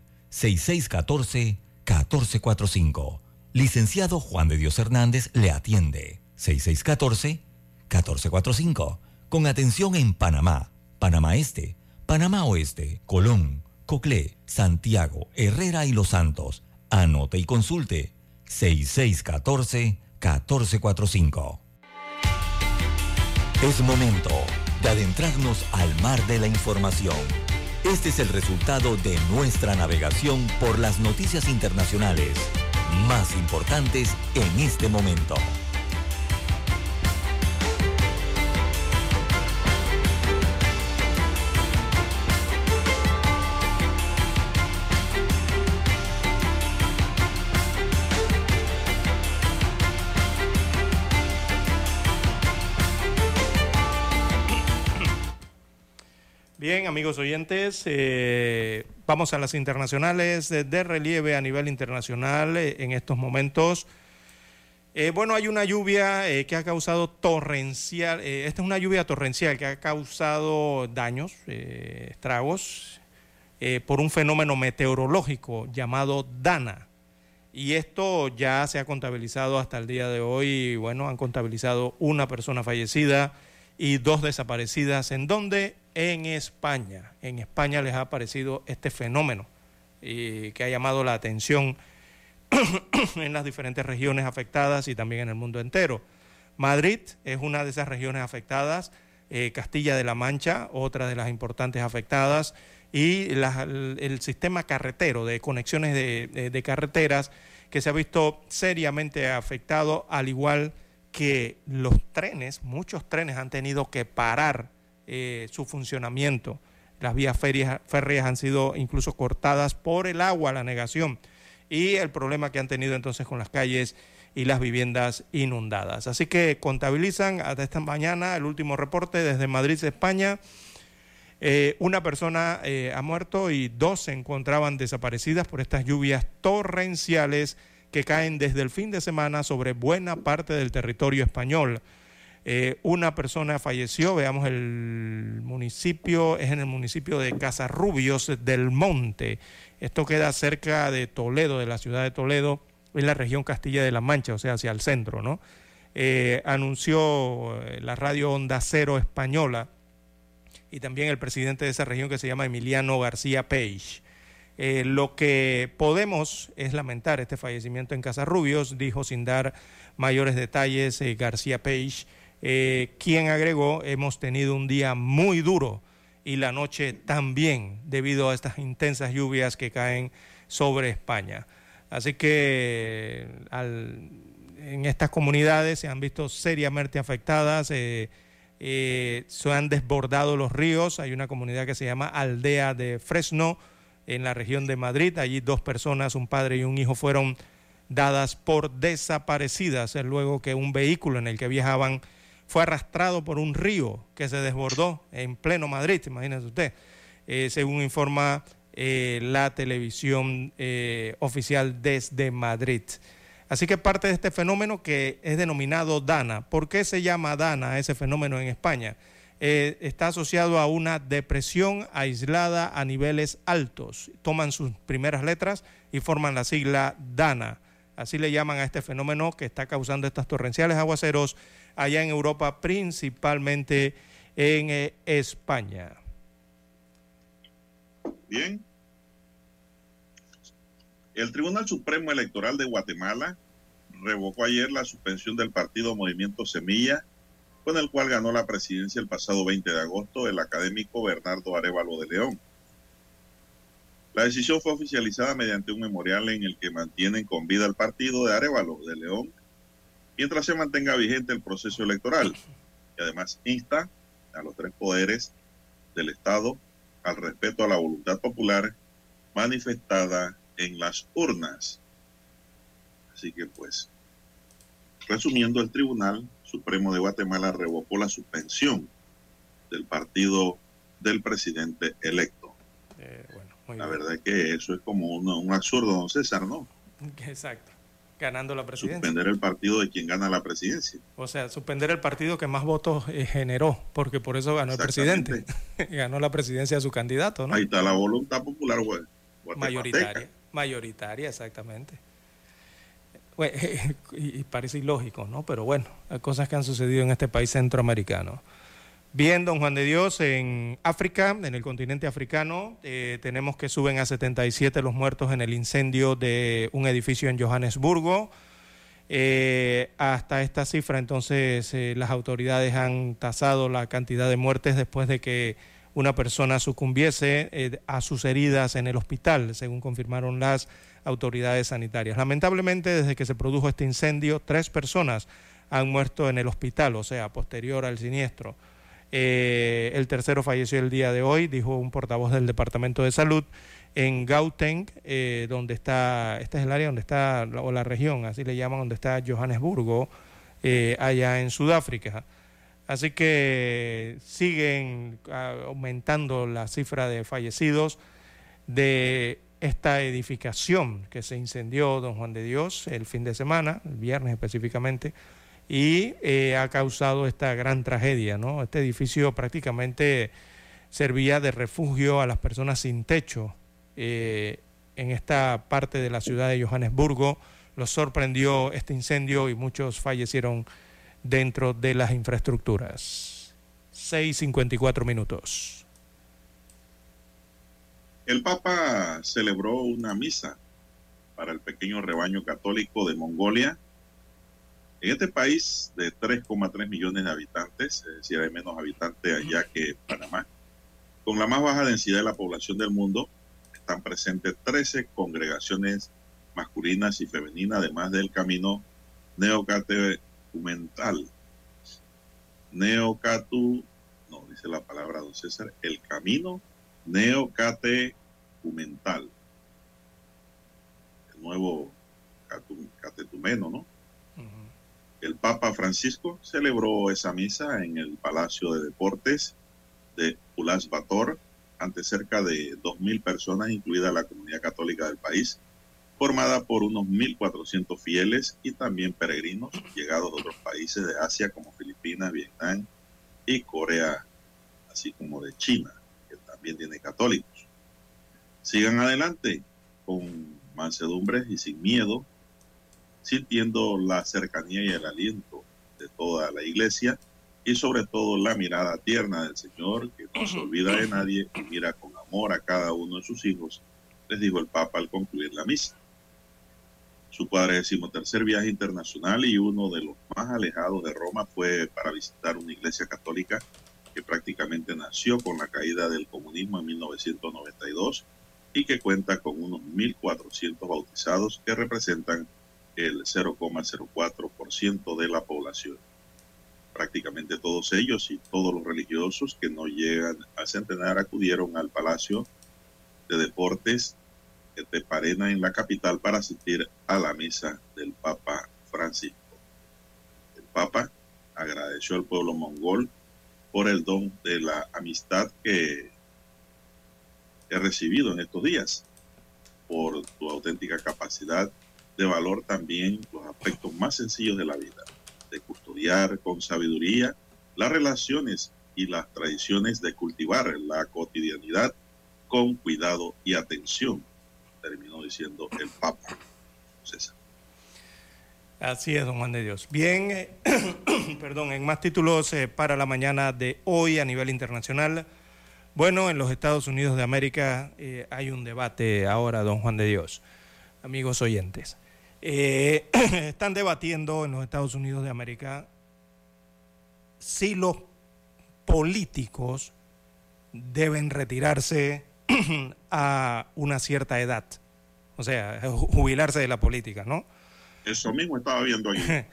6614-1445. Licenciado Juan de Dios Hernández le atiende. 6614-1445. Con atención en Panamá, Panamá Este, Panamá Oeste, Colón, Coclé, Santiago, Herrera y Los Santos. Anote y consulte 6614-1445. Es momento de adentrarnos al mar de la información. Este es el resultado de nuestra navegación por las noticias internacionales más importantes en este momento. Bien, amigos oyentes, vamos a las internacionales de relieve a nivel internacional en estos momentos. Bueno, hay una lluvia que ha causado torrencial, esta es una lluvia torrencial que ha causado daños, estragos, por un fenómeno meteorológico llamado Dana. Y esto ya se ha contabilizado hasta el día de hoy. Bueno, han contabilizado una persona fallecida y 2 desaparecidas. ¿En dónde? En España. En España les ha aparecido este fenómeno que ha llamado la atención en las diferentes regiones afectadas y también en el mundo entero. Madrid es una de esas regiones afectadas, Castilla de la Mancha, otra de las importantes afectadas, y el sistema carretero de conexiones de carreteras que se ha visto seriamente afectado, al igual que los trenes. Muchos trenes han tenido que parar su funcionamiento. Las vías férreas han sido incluso cortadas por el agua, la anegación, y el problema que han tenido entonces con las calles y las viviendas inundadas. Así que contabilizan hasta esta mañana el último reporte desde Madrid, España. Una persona ha muerto y 2 se encontraban desaparecidas por estas lluvias torrenciales que caen desde el fin de semana sobre buena parte del territorio español. Una persona falleció, veamos el municipio, es en el municipio de Casarrubios del Monte. Esto queda cerca de Toledo, de la ciudad de Toledo, en la región Castilla de la Mancha, o sea, hacia el centro, ¿no? Anunció la radio Onda Cero española y también el presidente de esa región, que se llama Emiliano García Peix. Lo que podemos es lamentar este fallecimiento en Casarrubios, dijo sin dar mayores detalles García Peix, quien agregó: hemos tenido un día muy duro y la noche también, debido a estas intensas lluvias que caen sobre España. Así que en estas comunidades se han visto seriamente afectadas, se han desbordado los ríos. Hay una comunidad que se llama Aldea de Fresno, en la región de Madrid. Allí 2 personas, un padre y un hijo, fueron dadas por desaparecidas luego que un vehículo en el que viajaban fue arrastrado por un río que se desbordó en pleno Madrid, imagínese usted, según informa la televisión oficial desde Madrid. Así que parte de este fenómeno, que es denominado Dana. ¿Por qué se llama Dana ese fenómeno en España? Está asociado a una depresión aislada a niveles altos. Toman sus primeras letras y forman la sigla Dana. Así le llaman a este fenómeno que está causando estos torrenciales aguaceros allá en Europa, principalmente en España. Bien. El Tribunal Supremo Electoral de Guatemala revocó ayer la suspensión del partido Movimiento Semilla, con el cual ganó la presidencia el pasado 20 de agosto el académico Bernardo Arévalo de León. La decisión fue oficializada mediante un memorial en el que mantienen con vida el partido de Arévalo de León mientras se mantenga vigente el proceso electoral, y además insta a los 3 poderes del Estado al respeto a la voluntad popular manifestada en las urnas. Así que pues, resumiendo, el Tribunal Supremo de Guatemala revocó la suspensión del partido del presidente electo. La verdad es que eso es como un absurdo, don César, ¿no? Exacto. Ganando la presidencia. Suspender el partido de quien gana la presidencia. O sea, suspender el partido que más votos generó, porque por eso ganó el presidente. Ganó la presidencia de su candidato, ¿no? Ahí está la voluntad popular, güey. Mayoritaria, exactamente. Y parece ilógico, ¿no? Pero bueno, hay cosas que han sucedido en este país centroamericano. Bien, don Juan de Dios, en África, en el continente africano, tenemos que suben a 77 los muertos en el incendio de un edificio en Johannesburgo. Hasta esta cifra, entonces, las autoridades han tasado la cantidad de muertes después de que una persona sucumbiese a sus heridas en el hospital, según confirmaron las autoridades sanitarias. Lamentablemente, desde que se produjo este incendio, 3 personas han muerto en el hospital, o sea, posterior al siniestro. El tercero falleció el día de hoy, dijo un portavoz del Departamento de Salud, en Gauteng, donde está, este es el área donde está, o la región, así le llaman, donde está Johannesburgo, allá en Sudáfrica. Así que siguen aumentando la cifra de fallecidos de esta edificación que se incendió, don Juan de Dios, el fin de semana, el viernes específicamente, y ha causado esta gran tragedia, ¿no? Este edificio prácticamente servía de refugio a las personas sin techo en esta parte de la ciudad de Johannesburgo. Los sorprendió este incendio y muchos fallecieron dentro de las infraestructuras. 6:54 minutos. El Papa celebró una misa para el pequeño rebaño católico de Mongolia. En este país de 3,3 millones de habitantes, es decir, hay menos habitantes allá que Panamá, con la más baja densidad de la población del mundo, están presentes 13 congregaciones masculinas y femeninas, además del camino neocatecumenal. Dice la palabra don César, el camino neocatecumenal. El nuevo catetumeno, ¿no? El Papa Francisco celebró esa misa en el Palacio de Deportes de Ulas-Bator ante cerca de 2.000 personas, incluida la comunidad católica del país, formada por unos 1.400 fieles y también peregrinos llegados de otros países de Asia como Filipinas, Vietnam y Corea, así como de China, que también tiene católicos. Sigan adelante con mansedumbre y sin miedo, sintiendo la cercanía y el aliento de toda la iglesia y sobre todo la mirada tierna del Señor, que no se olvida de nadie y mira con amor a cada uno de sus hijos, les dijo el Papa al concluir la misa. Su 43º viaje internacional y uno de los más alejados de Roma fue para visitar una iglesia católica que prácticamente nació con la caída del comunismo en 1992 y que cuenta con unos 1.400 bautizados que representan el 0,04% de la población. Prácticamente todos ellos y todos los religiosos que no llegan al centenar acudieron al Palacio de Deportes de Teparena en la capital para asistir a la misa del Papa Francisco. El Papa agradeció al pueblo mongol por el don de la amistad que he recibido en estos días, por tu auténtica capacidad de valor también los aspectos más sencillos de la vida, de custodiar con sabiduría las relaciones y las tradiciones, de cultivar la cotidianidad con cuidado y atención, terminó diciendo el Papa. César. Así es, don Juan de Dios. Bien, perdón, en más títulos para la mañana de hoy a nivel internacional. Bueno, en los Estados Unidos de América hay un debate ahora, don Juan de Dios, amigos oyentes. Están debatiendo en los Estados Unidos de América si los políticos deben retirarse a una cierta edad, o sea, jubilarse de la política, ¿no? Eso mismo estaba viendo ayer.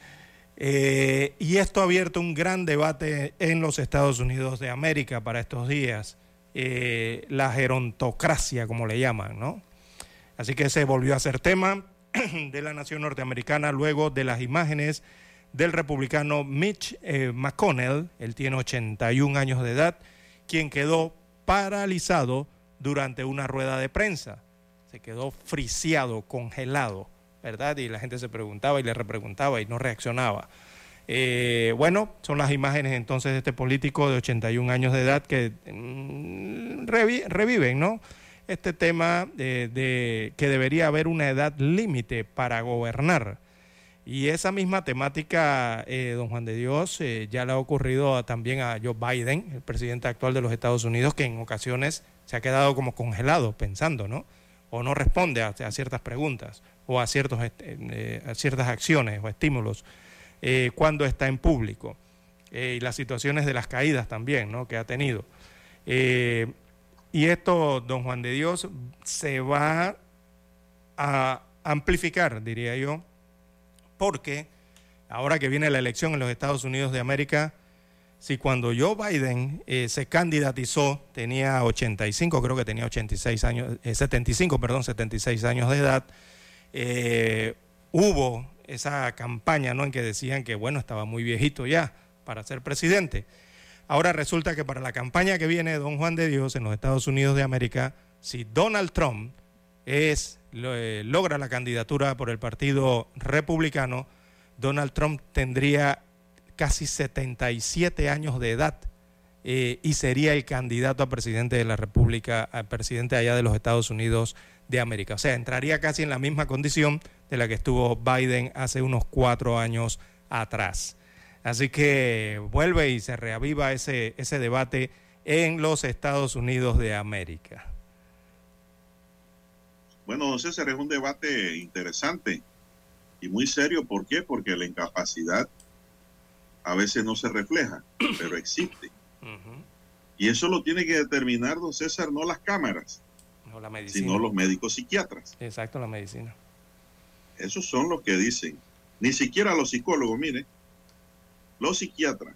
Y esto ha abierto un gran debate en los Estados Unidos de América para estos días, la gerontocracia, como le llaman, ¿no? Así que se volvió a ser tema de la nación norteamericana luego de las imágenes del republicano Mitch McConnell. Él tiene 81 años de edad, quien quedó paralizado durante una rueda de prensa. Se quedó friseado, congelado, ¿verdad? Y la gente se preguntaba y le repreguntaba y no reaccionaba. Bueno, son las imágenes entonces de este político de 81 años de edad que reviven, ¿no? Este tema de que debería haber una edad límite para gobernar. Y esa misma temática, don Juan de Dios, ya le ha ocurrido también a Joe Biden, el presidente actual de los Estados Unidos, que en ocasiones se ha quedado como congelado pensando, ¿no? O no responde a ciertas preguntas o a ciertas acciones o estímulos cuando está en público. Y las situaciones de las caídas también, ¿no?, que ha tenido. Y esto, don Juan de Dios, se va a amplificar, diría yo, porque ahora que viene la elección en los Estados Unidos de América, si cuando Joe Biden se candidatizó, tenía 85, creo que tenía 76 años, 76 años de edad, hubo esa campaña, ¿no?, en que decían que, bueno, estaba muy viejito ya, para ser presidente. Ahora resulta que para la campaña que viene de don Juan de Dios en los Estados Unidos de América, si Donald Trump logra la candidatura por el Partido Republicano, Donald Trump tendría casi 77 años de edad y sería el candidato a presidente de la República, a presidente allá de los Estados Unidos de América. O sea, entraría casi en la misma condición de la que estuvo Biden hace unos 4 años atrás. Así que vuelve y se reaviva ese debate en los Estados Unidos de América. Bueno, don César, es un debate interesante y muy serio. ¿Por qué? Porque la incapacidad a veces no se refleja, pero existe. Y eso lo tiene que determinar, don César, no las cámaras, no la medicina, sino los médicos psiquiatras. Exacto, la medicina. Esos son los que dicen. Ni siquiera los psicólogos, mire, los psiquiatras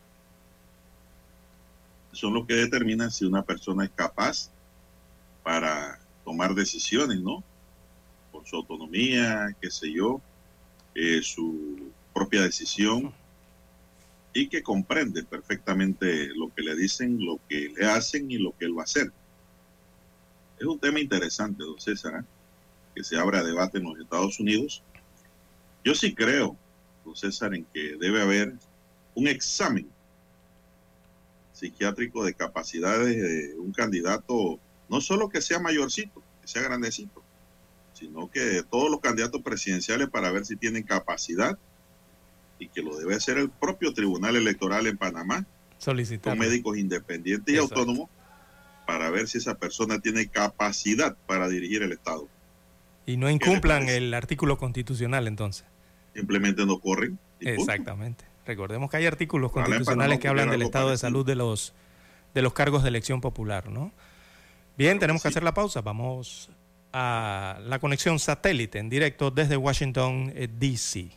son los que determinan si una persona es capaz para tomar decisiones, ¿no? Por su autonomía, qué sé yo, su propia decisión, y que comprende perfectamente lo que le dicen, lo que le hacen y lo que él va a hacer. Es un tema interesante, don César, que se abre a debate en los Estados Unidos. Yo sí creo, don César, en que debe haber un examen psiquiátrico de capacidades de un candidato, no solo que sea mayorcito, que sea grandecito, sino que todos los candidatos presidenciales, para ver si tienen capacidad, y que lo debe hacer el propio Tribunal Electoral en Panamá, solicitar con médicos independientes y autónomos, para ver si esa persona tiene capacidad para dirigir el Estado. Y no incumplan el artículo constitucional, entonces. Simplemente no corren. Exactamente. Recordemos que hay artículos constitucionales que hablan del estado de salud de los cargos de elección popular, ¿no? Bien, tenemos que hacer la pausa. Vamos a la conexión satélite en directo desde Washington, D.C.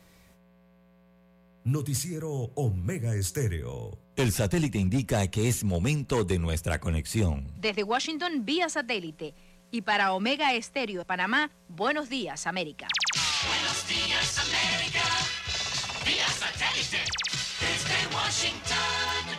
Noticiero Omega Estéreo. El satélite indica que es momento de nuestra conexión. Desde Washington, vía satélite. Y para Omega Estéreo de Panamá, buenos días, América. Buenos días, América. Vía satélite. Desde Washington.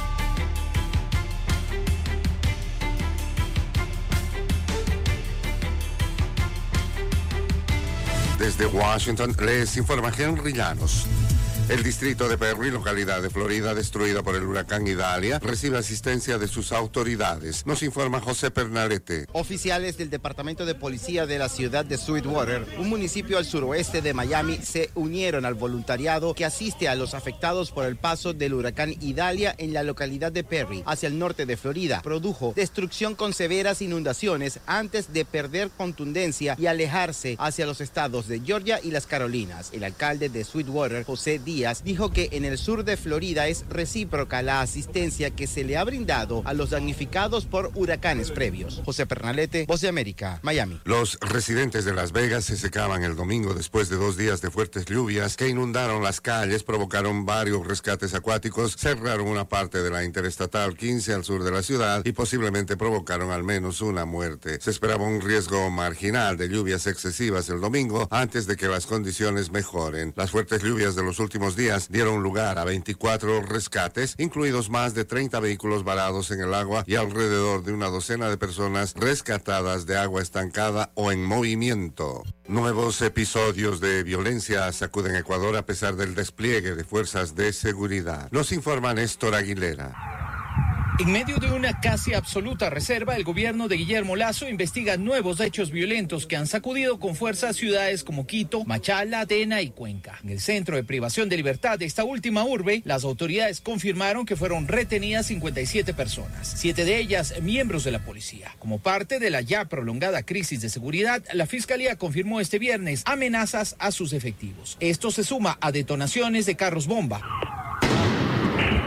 Desde Washington les informa Henry Llanos. El distrito de Perry, localidad de Florida, destruida por el huracán Idalia, recibe asistencia de sus autoridades. Nos informa José Pernalete. Oficiales del Departamento de Policía de la ciudad de Sweetwater, un municipio al suroeste de Miami, se unieron al voluntariado que asiste a los afectados por el paso del huracán Idalia en la localidad de Perry, hacia el norte de Florida. Produjo destrucción con severas inundaciones antes de perder contundencia y alejarse hacia los estados de Georgia y las Carolinas. El alcalde de Sweetwater, José Díaz, dijo que en el sur de Florida es recíproca la asistencia que se le ha brindado a los damnificados por huracanes previos. José Pernalete, Voz de América, Miami. Los residentes de Las Vegas se secaban el domingo después de 2 días de fuertes lluvias que inundaron las calles, provocaron varios rescates acuáticos, cerraron una parte de la Interestatal 15 al sur de la ciudad y posiblemente provocaron al menos una muerte. Se esperaba un riesgo marginal de lluvias excesivas el domingo antes de que las condiciones mejoren. Las fuertes lluvias de los últimos días dieron lugar a 24 rescates, incluidos más de 30 vehículos varados en el agua y alrededor de una docena de personas rescatadas de agua estancada o en movimiento. Nuevos episodios de violencia sacuden Ecuador a pesar del despliegue de fuerzas de seguridad. Nos informa Néstor Aguilera. En medio de una casi absoluta reserva, el gobierno de Guillermo Lasso investiga nuevos hechos violentos que han sacudido con fuerza ciudades como Quito, Machala, Tena y Cuenca. En el centro de privación de libertad de esta última urbe, las autoridades confirmaron que fueron retenidas 57 personas, 7 de ellas miembros de la policía. Como parte de la ya prolongada crisis de seguridad, la Fiscalía confirmó este viernes amenazas a sus efectivos. Esto se suma a detonaciones de carros bomba,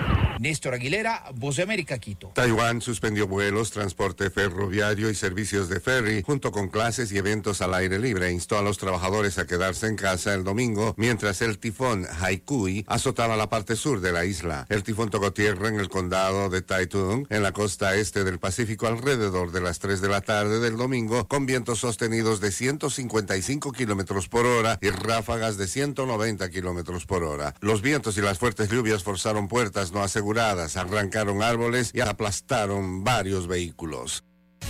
Néstor Aguilera, Voz de América, Quito. Taiwán suspendió vuelos, transporte ferroviario y servicios de ferry, junto con clases y eventos al aire libre. Instó a los trabajadores a quedarse en casa el domingo, mientras el tifón Haikui azotaba la parte sur de la isla. El tifón tocó tierra en el condado de Taitung, en la costa este del Pacífico, alrededor de las 3 de la tarde del domingo, con vientos sostenidos de 155 kilómetros por hora y ráfagas de 190 kilómetros por hora. Los vientos y las fuertes lluvias forzaron puertas no aseguradas, arrancaron árboles y aplastaron varios vehículos.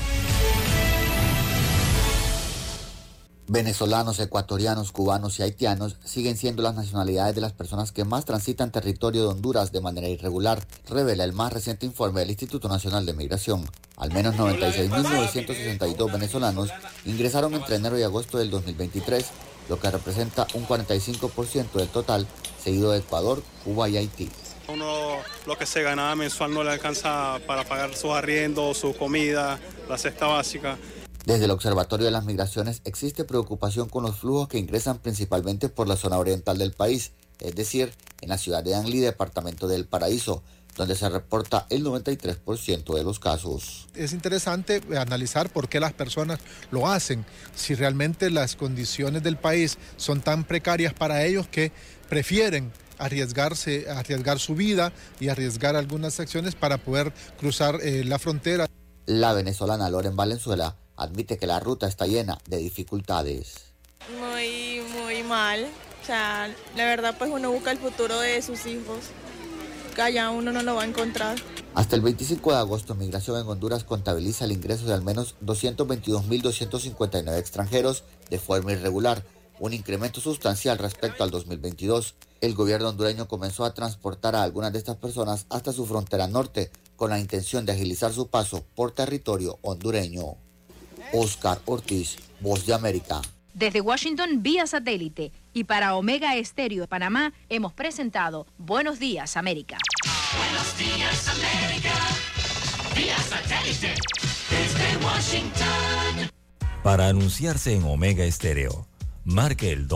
Venezolanos, ecuatorianos, cubanos y haitianos siguen siendo las nacionalidades de las personas que más transitan territorio de Honduras de manera irregular, revela el más reciente informe del Instituto Nacional de Migración. Al menos 96.962 venezolanos ingresaron entre enero y agosto del 2023, lo que representa un 45% del total, seguido de Ecuador, Cuba y Haití. Uno lo que se ganaba mensual no le alcanza para pagar sus arriendos, su comida, la cesta básica. Desde el Observatorio de las Migraciones existe preocupación con los flujos que ingresan principalmente por la zona oriental del país, es decir, en la ciudad de Danlí, departamento del Paraíso, donde se reporta el 93% de los casos. Es interesante analizar por qué las personas lo hacen, si realmente las condiciones del país son tan precarias para ellos que prefieren arriesgar su vida y arriesgar algunas acciones para poder cruzar la frontera. La venezolana Loren Valenzuela admite que la ruta está llena de dificultades. Muy mal. O sea, la verdad, pues uno busca el futuro de sus hijos, que allá uno no lo va a encontrar. Hasta el 25 de agosto, Migración en Honduras contabiliza el ingreso de al menos 222.259 extranjeros de forma irregular, un incremento sustancial respecto al 2022. El gobierno hondureño comenzó a transportar a algunas de estas personas hasta su frontera norte, con la intención de agilizar su paso por territorio hondureño. Oscar Ortiz, Voz de América. Desde Washington, vía satélite. Y para Omega Estéreo de Panamá, hemos presentado Buenos Días, América. Buenos Días, América. Vía satélite. Desde Washington. Para anunciarse en Omega Estéreo, marque el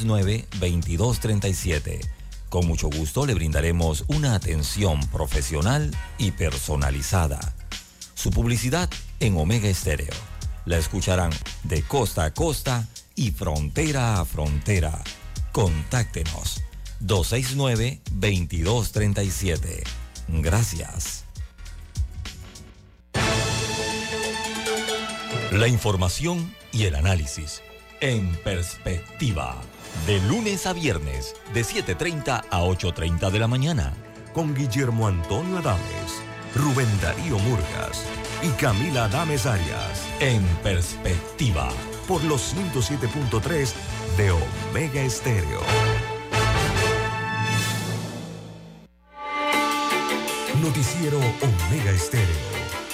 269-2237. Con mucho gusto le brindaremos una atención profesional y personalizada. Su publicidad en Omega Estéreo. La escucharán de costa a costa y frontera a frontera. Contáctenos 269-2237. Gracias. La información y el análisis en perspectiva. De lunes a viernes, de 7:30 a 8:30 de la mañana. Con Guillermo Antonio Adames, Rubén Darío Murgas y Camila Adames Arias. En perspectiva. Por los 107.3 de Omega Estéreo. Noticiero Omega Estéreo.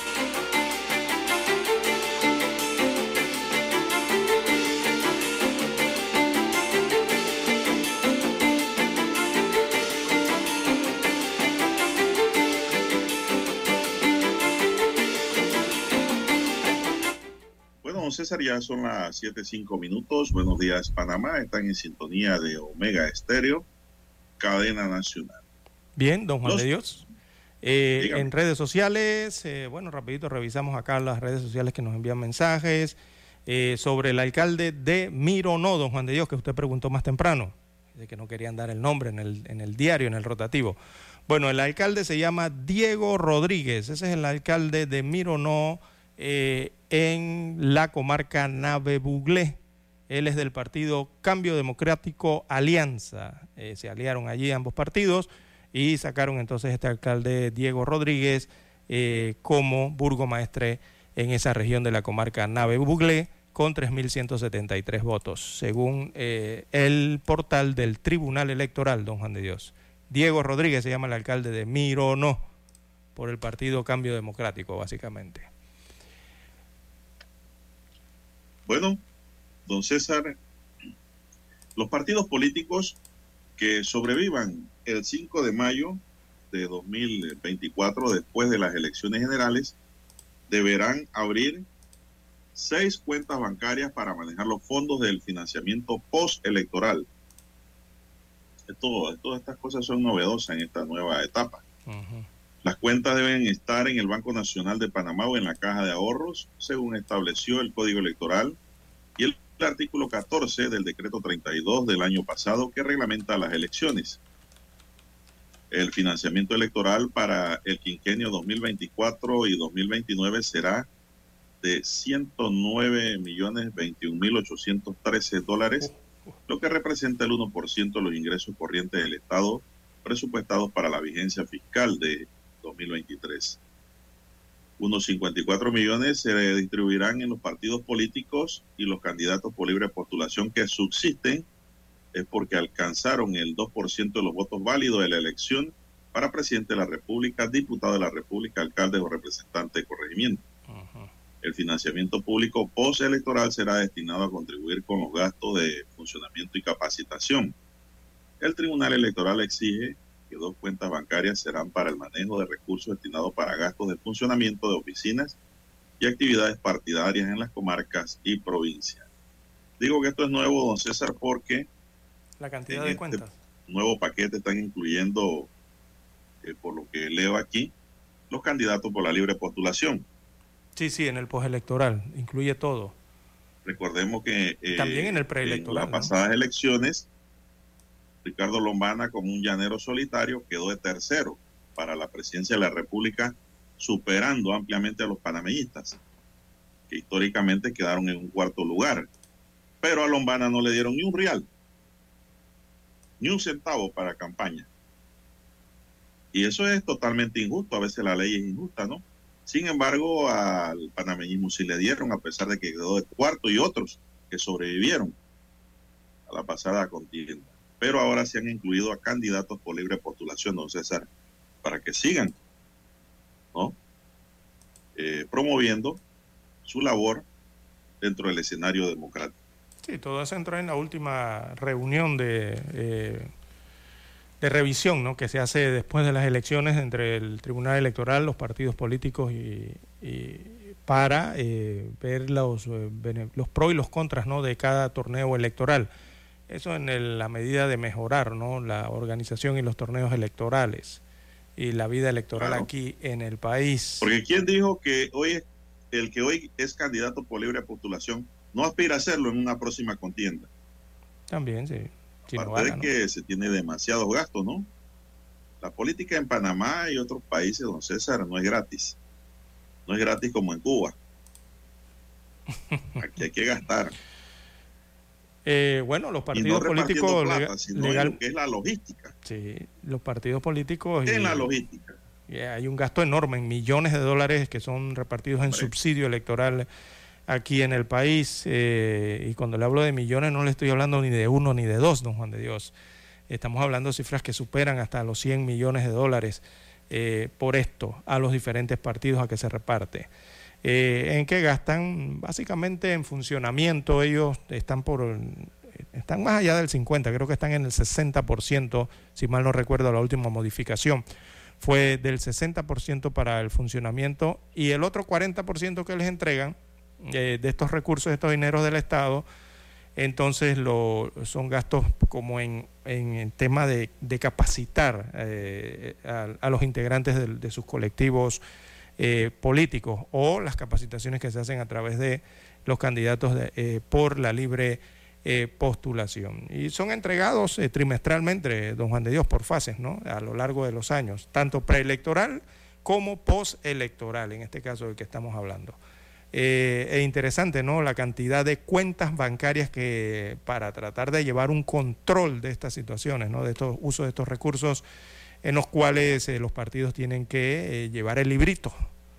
César, ya son las 7:05. Buenos días, Panamá. Están en sintonía de Omega Estéreo, cadena nacional. Bien, don Juan de Dios. En redes sociales, rapidito revisamos acá las redes sociales que nos envían mensajes sobre el alcalde de Mironó, don Juan de Dios, que usted preguntó más temprano, de que no querían dar el nombre en el diario, en el rotativo. Bueno, el alcalde se llama Diego Rodríguez, ese es el alcalde de Mironó, en la comarca Nave-Buglé. Él es del partido Cambio Democrático Alianza. Se aliaron allí ambos partidos y sacaron entonces este alcalde Diego Rodríguez como burgomaestre en esa región de la comarca Nave-Buglé con 3.173 votos, según el portal del Tribunal Electoral, don Juan de Dios. Diego Rodríguez se llama el alcalde de Mironó por el partido Cambio Democrático, básicamente. Bueno, don César, los partidos políticos que sobrevivan el 5 de mayo de 2024, después de las elecciones generales, deberán abrir 6 cuentas bancarias para manejar los fondos del financiamiento postelectoral. Todas estas cosas son novedosas en esta nueva etapa. Las cuentas deben estar en el Banco Nacional de Panamá o en la Caja de Ahorros, según estableció el Código Electoral y el artículo 14 del Decreto 32 del año pasado que reglamenta las elecciones. El financiamiento electoral para el quinquenio 2024 y 2029 será de $109.021.813, lo que representa el 1% de los ingresos corrientes del Estado presupuestados para la vigencia fiscal de 2023. Unos 54 millones se distribuirán en los partidos políticos y los candidatos por libre postulación que subsisten es porque alcanzaron el 2% de los votos válidos de la elección para presidente de la República, diputado de la República, alcalde o representante de corregimiento. El financiamiento público postelectoral será destinado a contribuir con los gastos de funcionamiento y capacitación. El Tribunal Electoral exige que 2 cuentas bancarias serán para el manejo de recursos destinados para gastos de funcionamiento de oficinas y actividades partidarias en las comarcas y provincias. Digo que esto es nuevo, don César, porque la cantidad de cuentas. Nuevo paquete están incluyendo, por lo que leo aquí, los candidatos por la libre postulación. Sí, en el postelectoral, incluye todo. Recordemos que también en el preelectoral. En las pasadas elecciones, Ricardo Lombana, como un llanero solitario, quedó de tercero para la presidencia de la República, superando ampliamente a los panameñistas, que históricamente quedaron en un cuarto lugar. Pero a Lombana no le dieron ni un real, ni un centavo para campaña. Y eso es totalmente injusto. A veces la ley es injusta, ¿no? Sin embargo, al panameñismo sí le dieron, a pesar de que quedó de cuarto, y otros que sobrevivieron a la pasada contienda. Pero ahora se han incluido a candidatos por libre postulación, don César, para que sigan, ¿no? Promoviendo su labor dentro del escenario democrático. Sí, todo eso entró en la última reunión de revisión, ¿no?, que se hace después de las elecciones entre el Tribunal Electoral, los partidos políticos y para ver los pros y los contras, ¿no?, de cada torneo electoral. Eso en la medida de mejorar, ¿no?, la organización y los torneos electorales y la vida electoral aquí en el país. Porque ¿quién dijo que el que hoy es candidato por libre postulación no aspira a hacerlo en una próxima contienda? También, sí. Si Aparte de que se tiene demasiados gastos, ¿no? La política en Panamá y otros países, don César, no es gratis. No es gratis como en Cuba. Aquí hay que gastar. Bueno, los partidos políticos legal, que es la logística. Sí, los partidos políticos en la logística. Hay un gasto enorme en millones de dólares que son repartidos en subsidio electoral aquí en el país, y cuando le hablo de millones no le estoy hablando ni de 1 ni de 2, don Juan de Dios. Estamos hablando de cifras que superan hasta los 100 millones de dólares por esto a los diferentes partidos a que se reparte. ¿En qué gastan? Básicamente en funcionamiento. Ellos están más allá del 50%, creo que están en el 60%, si mal no recuerdo la última modificación. Fue del 60% para el funcionamiento, y el otro 40% que les entregan de estos recursos, de estos dineros del Estado, entonces son gastos como en tema de capacitar a los integrantes de sus colectivos políticos, o las capacitaciones que se hacen a través de los candidatos por la libre postulación. Y son entregados trimestralmente, don Juan de Dios, por fases, ¿no?, a lo largo de los años, tanto preelectoral como postelectoral, en este caso del que estamos hablando. Es interesante, ¿no?, la cantidad de cuentas bancarias que, para tratar de llevar un control de estas situaciones, ¿no?, de estos usos de estos recursos, en los cuales los partidos tienen que llevar el librito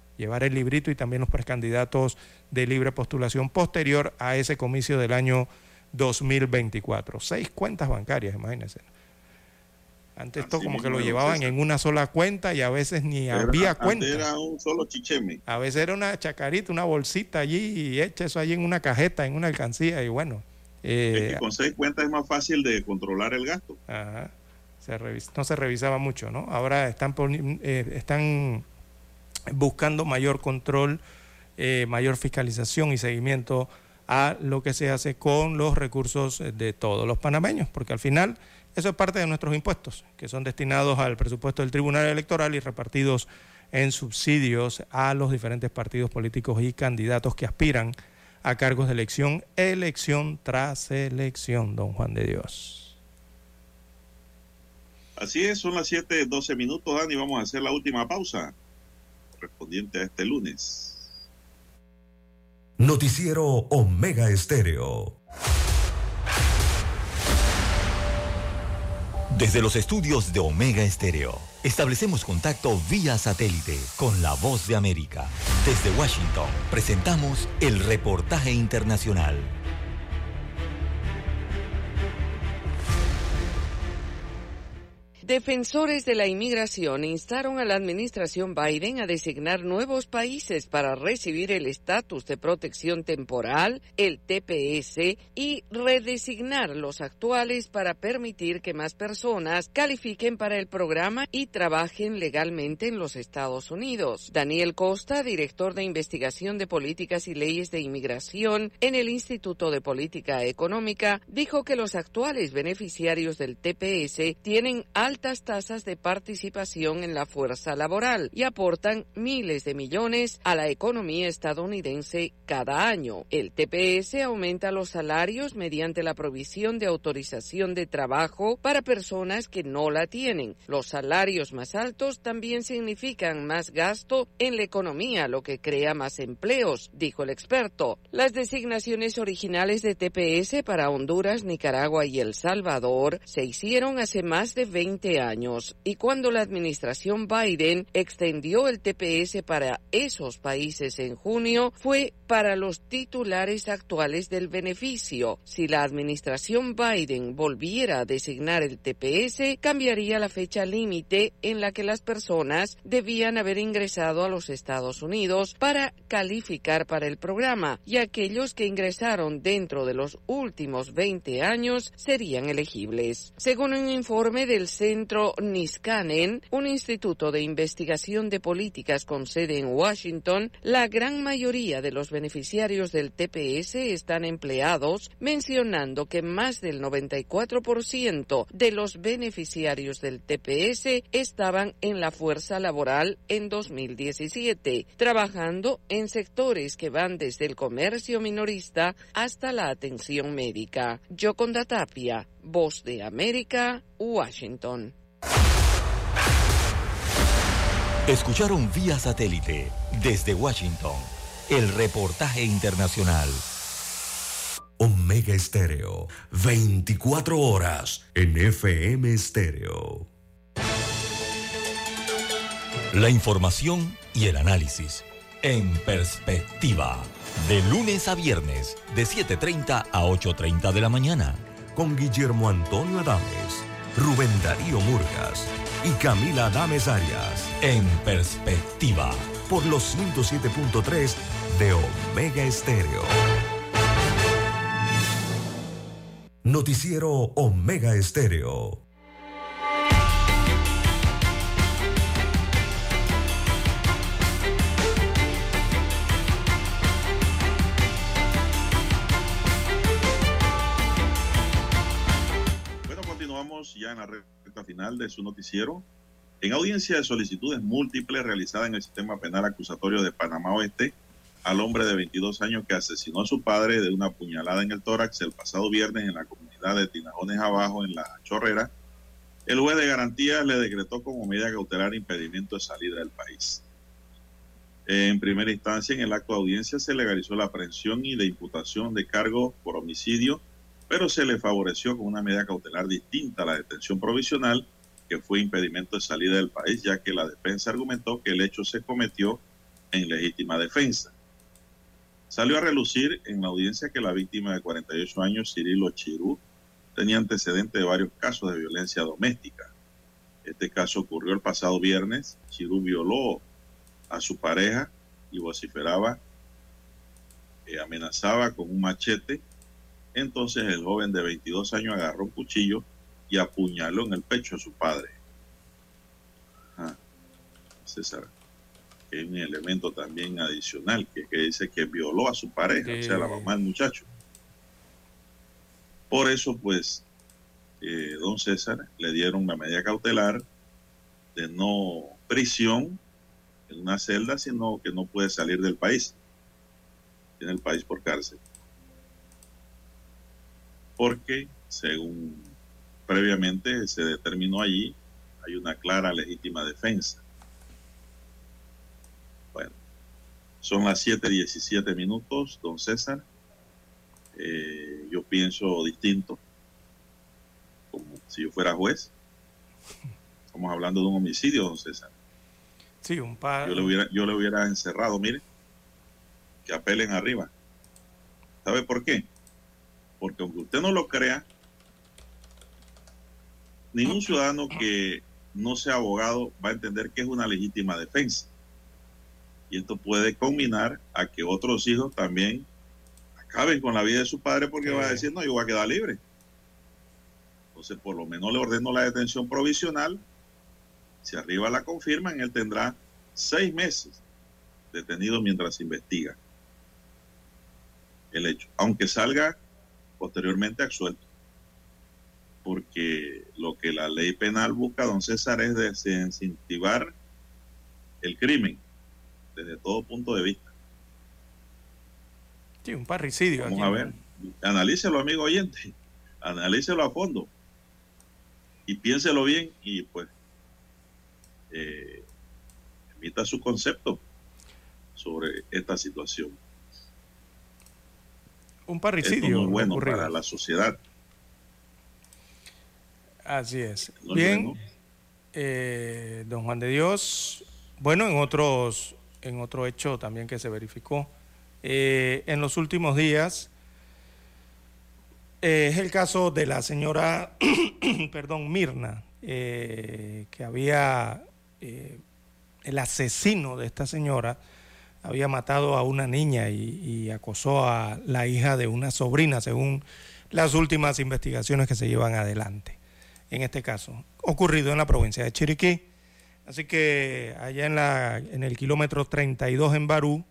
y también los precandidatos de libre postulación posterior a ese comicio del año 2024. 6 cuentas bancarias, imagínense. Antes esto como que lo llevaban en una sola cuenta y a veces ni había cuenta. Era un solo chicheme. A veces era una chacarita, una bolsita allí, y echa eso allí en una cajeta, en una alcancía, y bueno. Es que con 6 cuentas es más fácil de controlar el gasto. Ajá. No se revisaba mucho, ¿no? Ahora están buscando mayor control, mayor fiscalización y seguimiento a lo que se hace con los recursos de todos los panameños, porque al final Eso es parte de nuestros impuestos, que son destinados al presupuesto del Tribunal Electoral y repartidos en subsidios a los diferentes partidos políticos y candidatos que aspiran a cargos de elección, elección tras elección, don Juan de Dios. Así es, son las 7:12 minutos, Dani. Vamos a hacer la última pausa correspondiente a este lunes. Noticiero Omega Estéreo. Desde los estudios de Omega Estéreo, establecemos contacto vía satélite con la Voz de América. Desde Washington, presentamos el reportaje internacional. Defensores de la inmigración instaron a la administración Biden a designar nuevos países para recibir el estatus de protección temporal, el TPS, y redesignar los actuales para permitir que más personas califiquen para el programa y trabajen legalmente en los Estados Unidos. Daniel Costa, director de investigación de políticas y leyes de inmigración en el Instituto de Política Económica, dijo que los actuales beneficiarios del TPS tienen altas tasas de participación en la fuerza laboral y aportan miles de millones a la economía estadounidense cada año. El TPS aumenta los salarios mediante la provisión de autorización de trabajo para personas que no la tienen. Los salarios más altos también significan más gasto en la economía, lo que crea más empleos, dijo el experto. Las designaciones originales de TPS para Honduras, Nicaragua y El Salvador se hicieron hace más de 20 años, y cuando la administración Biden extendió el TPS para esos países en junio, fue para los titulares actuales del beneficio. Si la administración Biden volviera a designar el TPS, cambiaría la fecha límite en la que las personas debían haber ingresado a los Estados Unidos para calificar para el programa, y aquellos que ingresaron dentro de los últimos 20 años serían elegibles. Según un informe del Centro Niskanen, un instituto de investigación de políticas con sede en Washington, la gran mayoría de los beneficiarios del TPS están empleados, mencionando que más del 94% de los beneficiarios del TPS estaban en la fuerza laboral en 2017, trabajando en sectores que van desde el comercio minorista hasta la atención médica. Yoconda Tapia, Voz de América, Washington. Escucharon vía satélite desde Washington el reportaje internacional. Omega Estéreo, 24 horas en FM Estéreo. La información y el análisis en perspectiva, de lunes a viernes, de 7:30 a 8:30 de la mañana. Con Guillermo Antonio Adames, Rubén Darío Murgas y Camila Adames Arias. En perspectiva. Por los 107.3 de Omega Estéreo. Noticiero Omega Estéreo. Bueno, continuamos ya en la recta final de su noticiero. En audiencia de solicitudes múltiples realizada en el sistema penal acusatorio de Panamá Oeste, al hombre de 22 años que asesinó a su padre de una puñalada en el tórax el pasado viernes en la comunidad de Tinajones Abajo, en La Chorrera, el juez de garantías le decretó como medida cautelar impedimento de salida del país. En primera instancia, en el acto de audiencia se legalizó la aprehensión y de imputación de cargos por homicidio, pero se le favoreció con una medida cautelar distinta a la detención provisional, que fue impedimento de salida del país, ya que la defensa argumentó que el hecho se cometió en legítima defensa. Salió a relucir en la audiencia que la víctima de 48 años, Cirilo Chirú, tenía antecedentes de varios casos de violencia doméstica. Este caso ocurrió el pasado viernes. Chirú violó a su pareja y vociferaba, amenazaba con un machete. Entonces el joven de 22 años agarró un cuchillo y apuñaló en el pecho a su padre. César, que hay un elemento también adicional, que dice que violó a su pareja, o sea, la mamá del muchacho. Por eso, pues, don César, le dieron la medida cautelar de no prisión en una celda, sino que no puede salir del país. Tiene el país por cárcel. Porque, según previamente se determinó allí, hay una clara legítima defensa. Bueno, son las 7:17, don César. Yo pienso distinto, como si yo fuera juez. Estamos hablando de un homicidio, don César. Sí, un par. Yo le hubiera encerrado, mire, que apelen arriba. ¿Sabe por qué? Porque aunque usted no lo crea, ningún ciudadano que no sea abogado va a entender que es una legítima defensa. Y esto puede combinar a que otros hijos también acaben con la vida de su padre porque va a decir, no, yo voy a quedar libre. Entonces, por lo menos le ordeno la detención provisional. Si arriba la confirman, él tendrá 6 meses detenido mientras se investiga el hecho, aunque salga posteriormente absuelto. Porque lo que la ley penal busca, don César, es desincentivar el crimen desde todo punto de vista. Sí, un parricidio. Vamos a ver, analícelo, amigo oyente, analícelo a fondo y piénselo bien y pues emita su concepto sobre esta situación. Un parricidio. Esto no es bueno para la sociedad. Así es. No bien, don Juan de Dios, bueno, en otro hecho también que se verificó en los últimos días, es el caso de la señora, perdón, Mirna, que había, el asesino de esta señora había matado a una niña y acosó a la hija de una sobrina, según las últimas investigaciones que se llevan adelante. En este caso, ocurrido en la provincia de Chiriquí. Así que allá en el kilómetro 32 en Barú,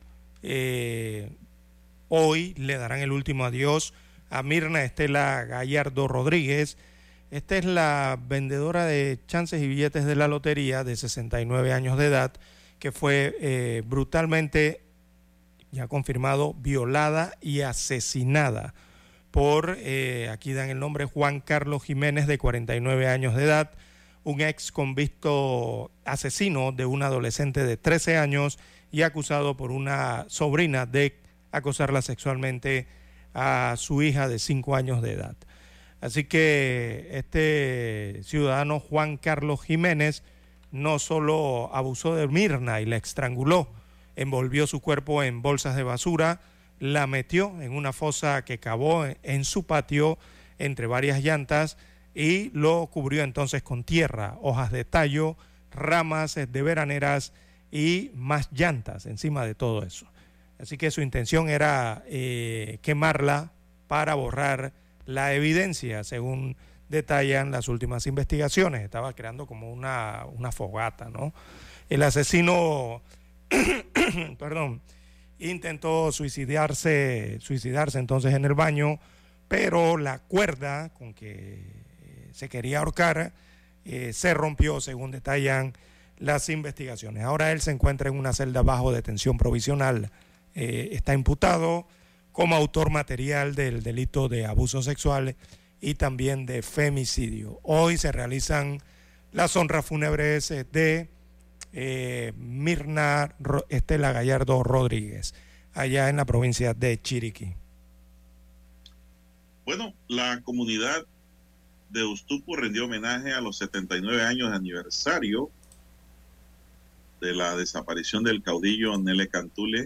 hoy le darán el último adiós a Mirna Estela Gallardo Rodríguez. Esta es la vendedora de chances y billetes de la lotería de 69 años de edad, que fue brutalmente, ya confirmado, violada y asesinada por, aquí dan el nombre, Juan Carlos Jiménez, de 49 años de edad, un ex convicto asesino de un adolescente de 13 años y acusado por una sobrina de acosarla sexualmente a su hija de 5 años de edad. Así que este ciudadano Juan Carlos Jiménez no solo abusó de Mirna y la estranguló, envolvió su cuerpo en bolsas de basura, la metió en una fosa que cavó en su patio entre varias llantas y lo cubrió entonces con tierra, hojas de tallo, ramas de veraneras y más llantas encima de todo eso. Así que su intención era quemarla para borrar la evidencia, según detallan las últimas investigaciones. Estaba creando como una fogata, ¿no? El asesino, perdón, intentó suicidarse entonces en el baño, pero la cuerda con que se quería ahorcar se rompió, según detallan las investigaciones. Ahora él se encuentra en una celda bajo detención provisional. Está imputado como autor material del delito de abuso sexual y también de femicidio. Hoy se realizan las honras fúnebres de Mirna Estela Gallardo Rodríguez, allá en la provincia de Chiriquí. Bueno, la comunidad de Ustuco rindió homenaje a los 79 años de aniversario de la desaparición del caudillo Nele Cantule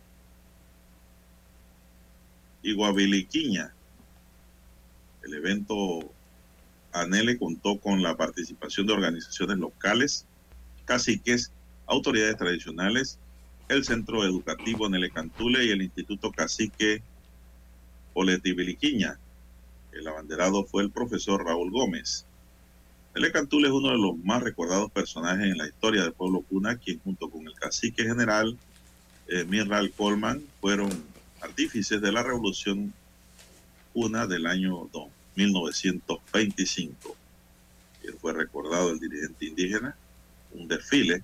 y Guabiliquiña. El evento Anele contó con la participación de organizaciones locales, caciques, autoridades tradicionales, el Centro Educativo Nele Cantule y el Instituto Cacique Oletibiliquiña. El abanderado fue el profesor Raúl Gómez. Nele Cantule es uno de los más recordados personajes en la historia del pueblo cuna, quien junto con el cacique general Mirral Colman fueron artífices de la revolución cuna del año 1925. Él fue recordado el dirigente indígena, un desfile.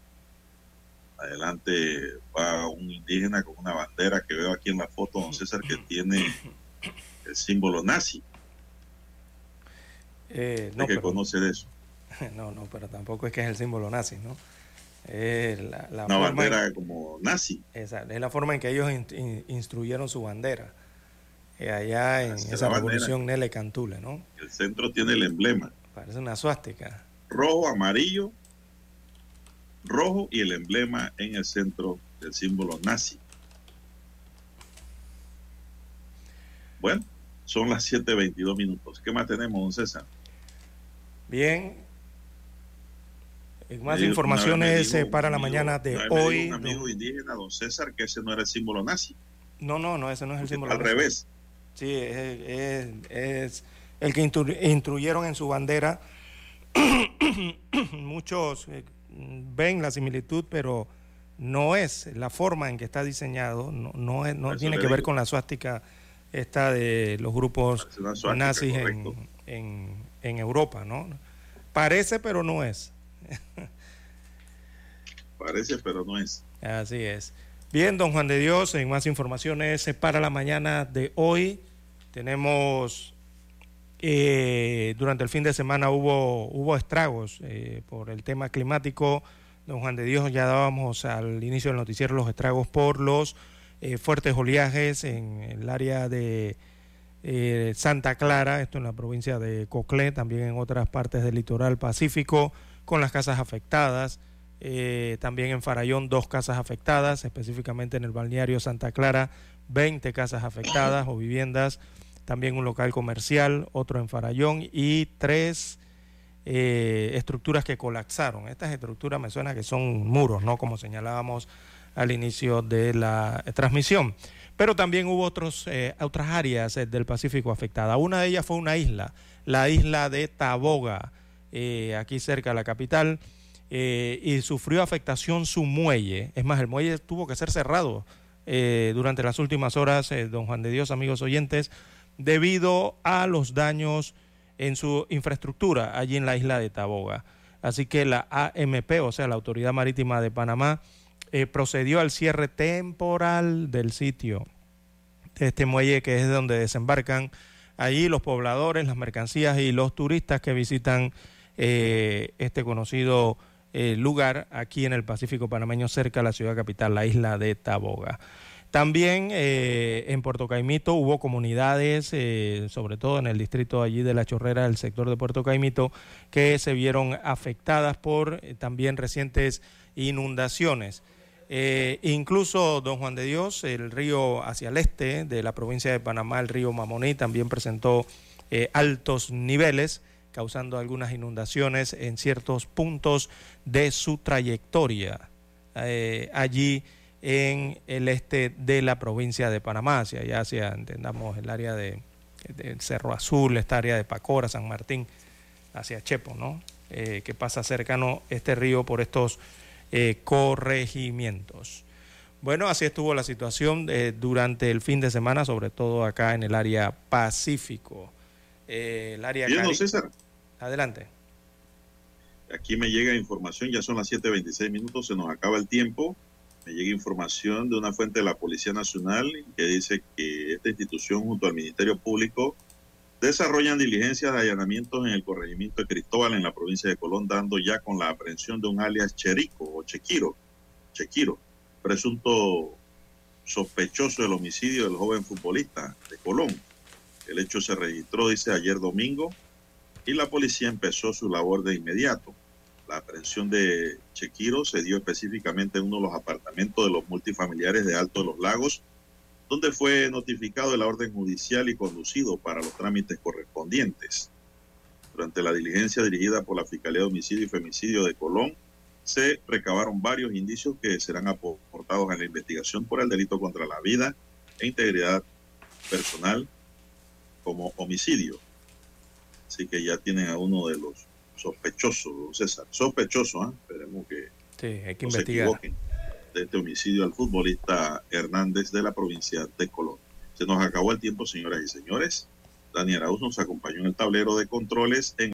Adelante va un indígena con una bandera que veo aquí en la foto, don César, que tiene el símbolo nazi. No, que conoce de eso. No, pero tampoco es que es el símbolo nazi, ¿no? Una bandera como nazi. Es la forma en que ellos instruyeron su bandera. Allá en esa revolución Nele Cantule, ¿no? El centro tiene el emblema. Parece una suástica. Rojo, amarillo, rojo y el emblema en el centro del símbolo nazi. Bueno, son las 7:22 minutos. ¿Qué más tenemos, don César? Bien. Más informaciones para la mañana de hoy. Un amigo indígena, don César, que ese no era el símbolo nazi. No, ese no es el símbolo nazi. Al revés. Sí, es el que instruyeron en su bandera. Muchos ven la similitud, pero no es la forma en que está diseñado, no tiene que ver con la suástica esta de los grupos nazis en Europa, ¿no? Parece, pero no es. Parece, pero no es. Así es. Bien, don Juan de Dios, en más informaciones para la mañana de hoy, tenemos, durante el fin de semana hubo estragos por el tema climático. Don Juan de Dios, ya dábamos al inicio del noticiero los estragos por los fuertes oleajes en el área de Santa Clara, esto en la provincia de Coclé, también en otras partes del litoral pacífico, con las casas afectadas. También en Farallón 2 casas afectadas, específicamente en el balneario Santa Clara 20 casas afectadas o viviendas, también un local comercial, otro en Farallón y 3 estructuras que colapsaron. Estas estructuras me suena que son muros, ¿no? Como señalábamos al inicio de la transmisión. Pero también hubo otras áreas del Pacífico afectadas. Una de ellas fue una isla, la isla de Taboga, aquí cerca de la capital, y sufrió afectación su muelle. Es más, el muelle tuvo que ser cerrado durante las últimas horas, don Juan de Dios, amigos oyentes, debido a los daños en su infraestructura allí en la isla de Taboga. Así que la AMP, o sea, la Autoridad Marítima de Panamá, procedió al cierre temporal del sitio de este muelle, que es donde desembarcan allí los pobladores, las mercancías y los turistas que visitan este conocido lugar aquí en el Pacífico panameño, cerca de la ciudad capital, la isla de Taboga. También en Puerto Caimito hubo comunidades, sobre todo en el distrito allí de La Chorrera, el sector de Puerto Caimito, que se vieron afectadas por también recientes inundaciones. Incluso, don Juan de Dios, el río hacia el este de la provincia de Panamá, el río Mamoní, también presentó altos niveles, causando algunas inundaciones en ciertos puntos de su trayectoria allí en el este de la provincia de Panamá, hacia allá, hacia, entendamos, el área de Cerro Azul, esta área de Pacora, San Martín, hacia Chepo, ¿no? Que pasa cercano este río por estos corregimientos. Bueno, así estuvo la situación durante el fin de semana, sobre todo acá en el área Pacífico. El área Bien, César. Adelante. Aquí me llega información, ya son las 7:26 minutos, se nos acaba el tiempo. Me llega información de una fuente de la Policía Nacional que dice que esta institución junto al Ministerio Público desarrollan diligencias de allanamientos en el corregimiento de Cristóbal en la provincia de Colón, dando ya con la aprehensión de un alias Cherico o Chequiro, presunto sospechoso del homicidio del joven futbolista de Colón. El hecho se registró, dice, ayer domingo y la policía empezó su labor de inmediato. La aprehensión de Chequiro se dio específicamente en uno de los apartamentos de los multifamiliares de Alto de los Lagos, donde fue notificado de la orden judicial y conducido para los trámites correspondientes. Durante la diligencia dirigida por la Fiscalía de Homicidio y Femicidio de Colón, se recabaron varios indicios que serán aportados a la investigación por el delito contra la vida e integridad personal como homicidio. Así que ya tienen a uno de los sospechosos, César, sospechoso, esperemos que hay que no investigar. se equivoquen, de este homicidio al futbolista Hernández de la provincia de Colón. Se nos acabó el tiempo, señoras y señores. Dani Arauz nos acompañó en el tablero de controles en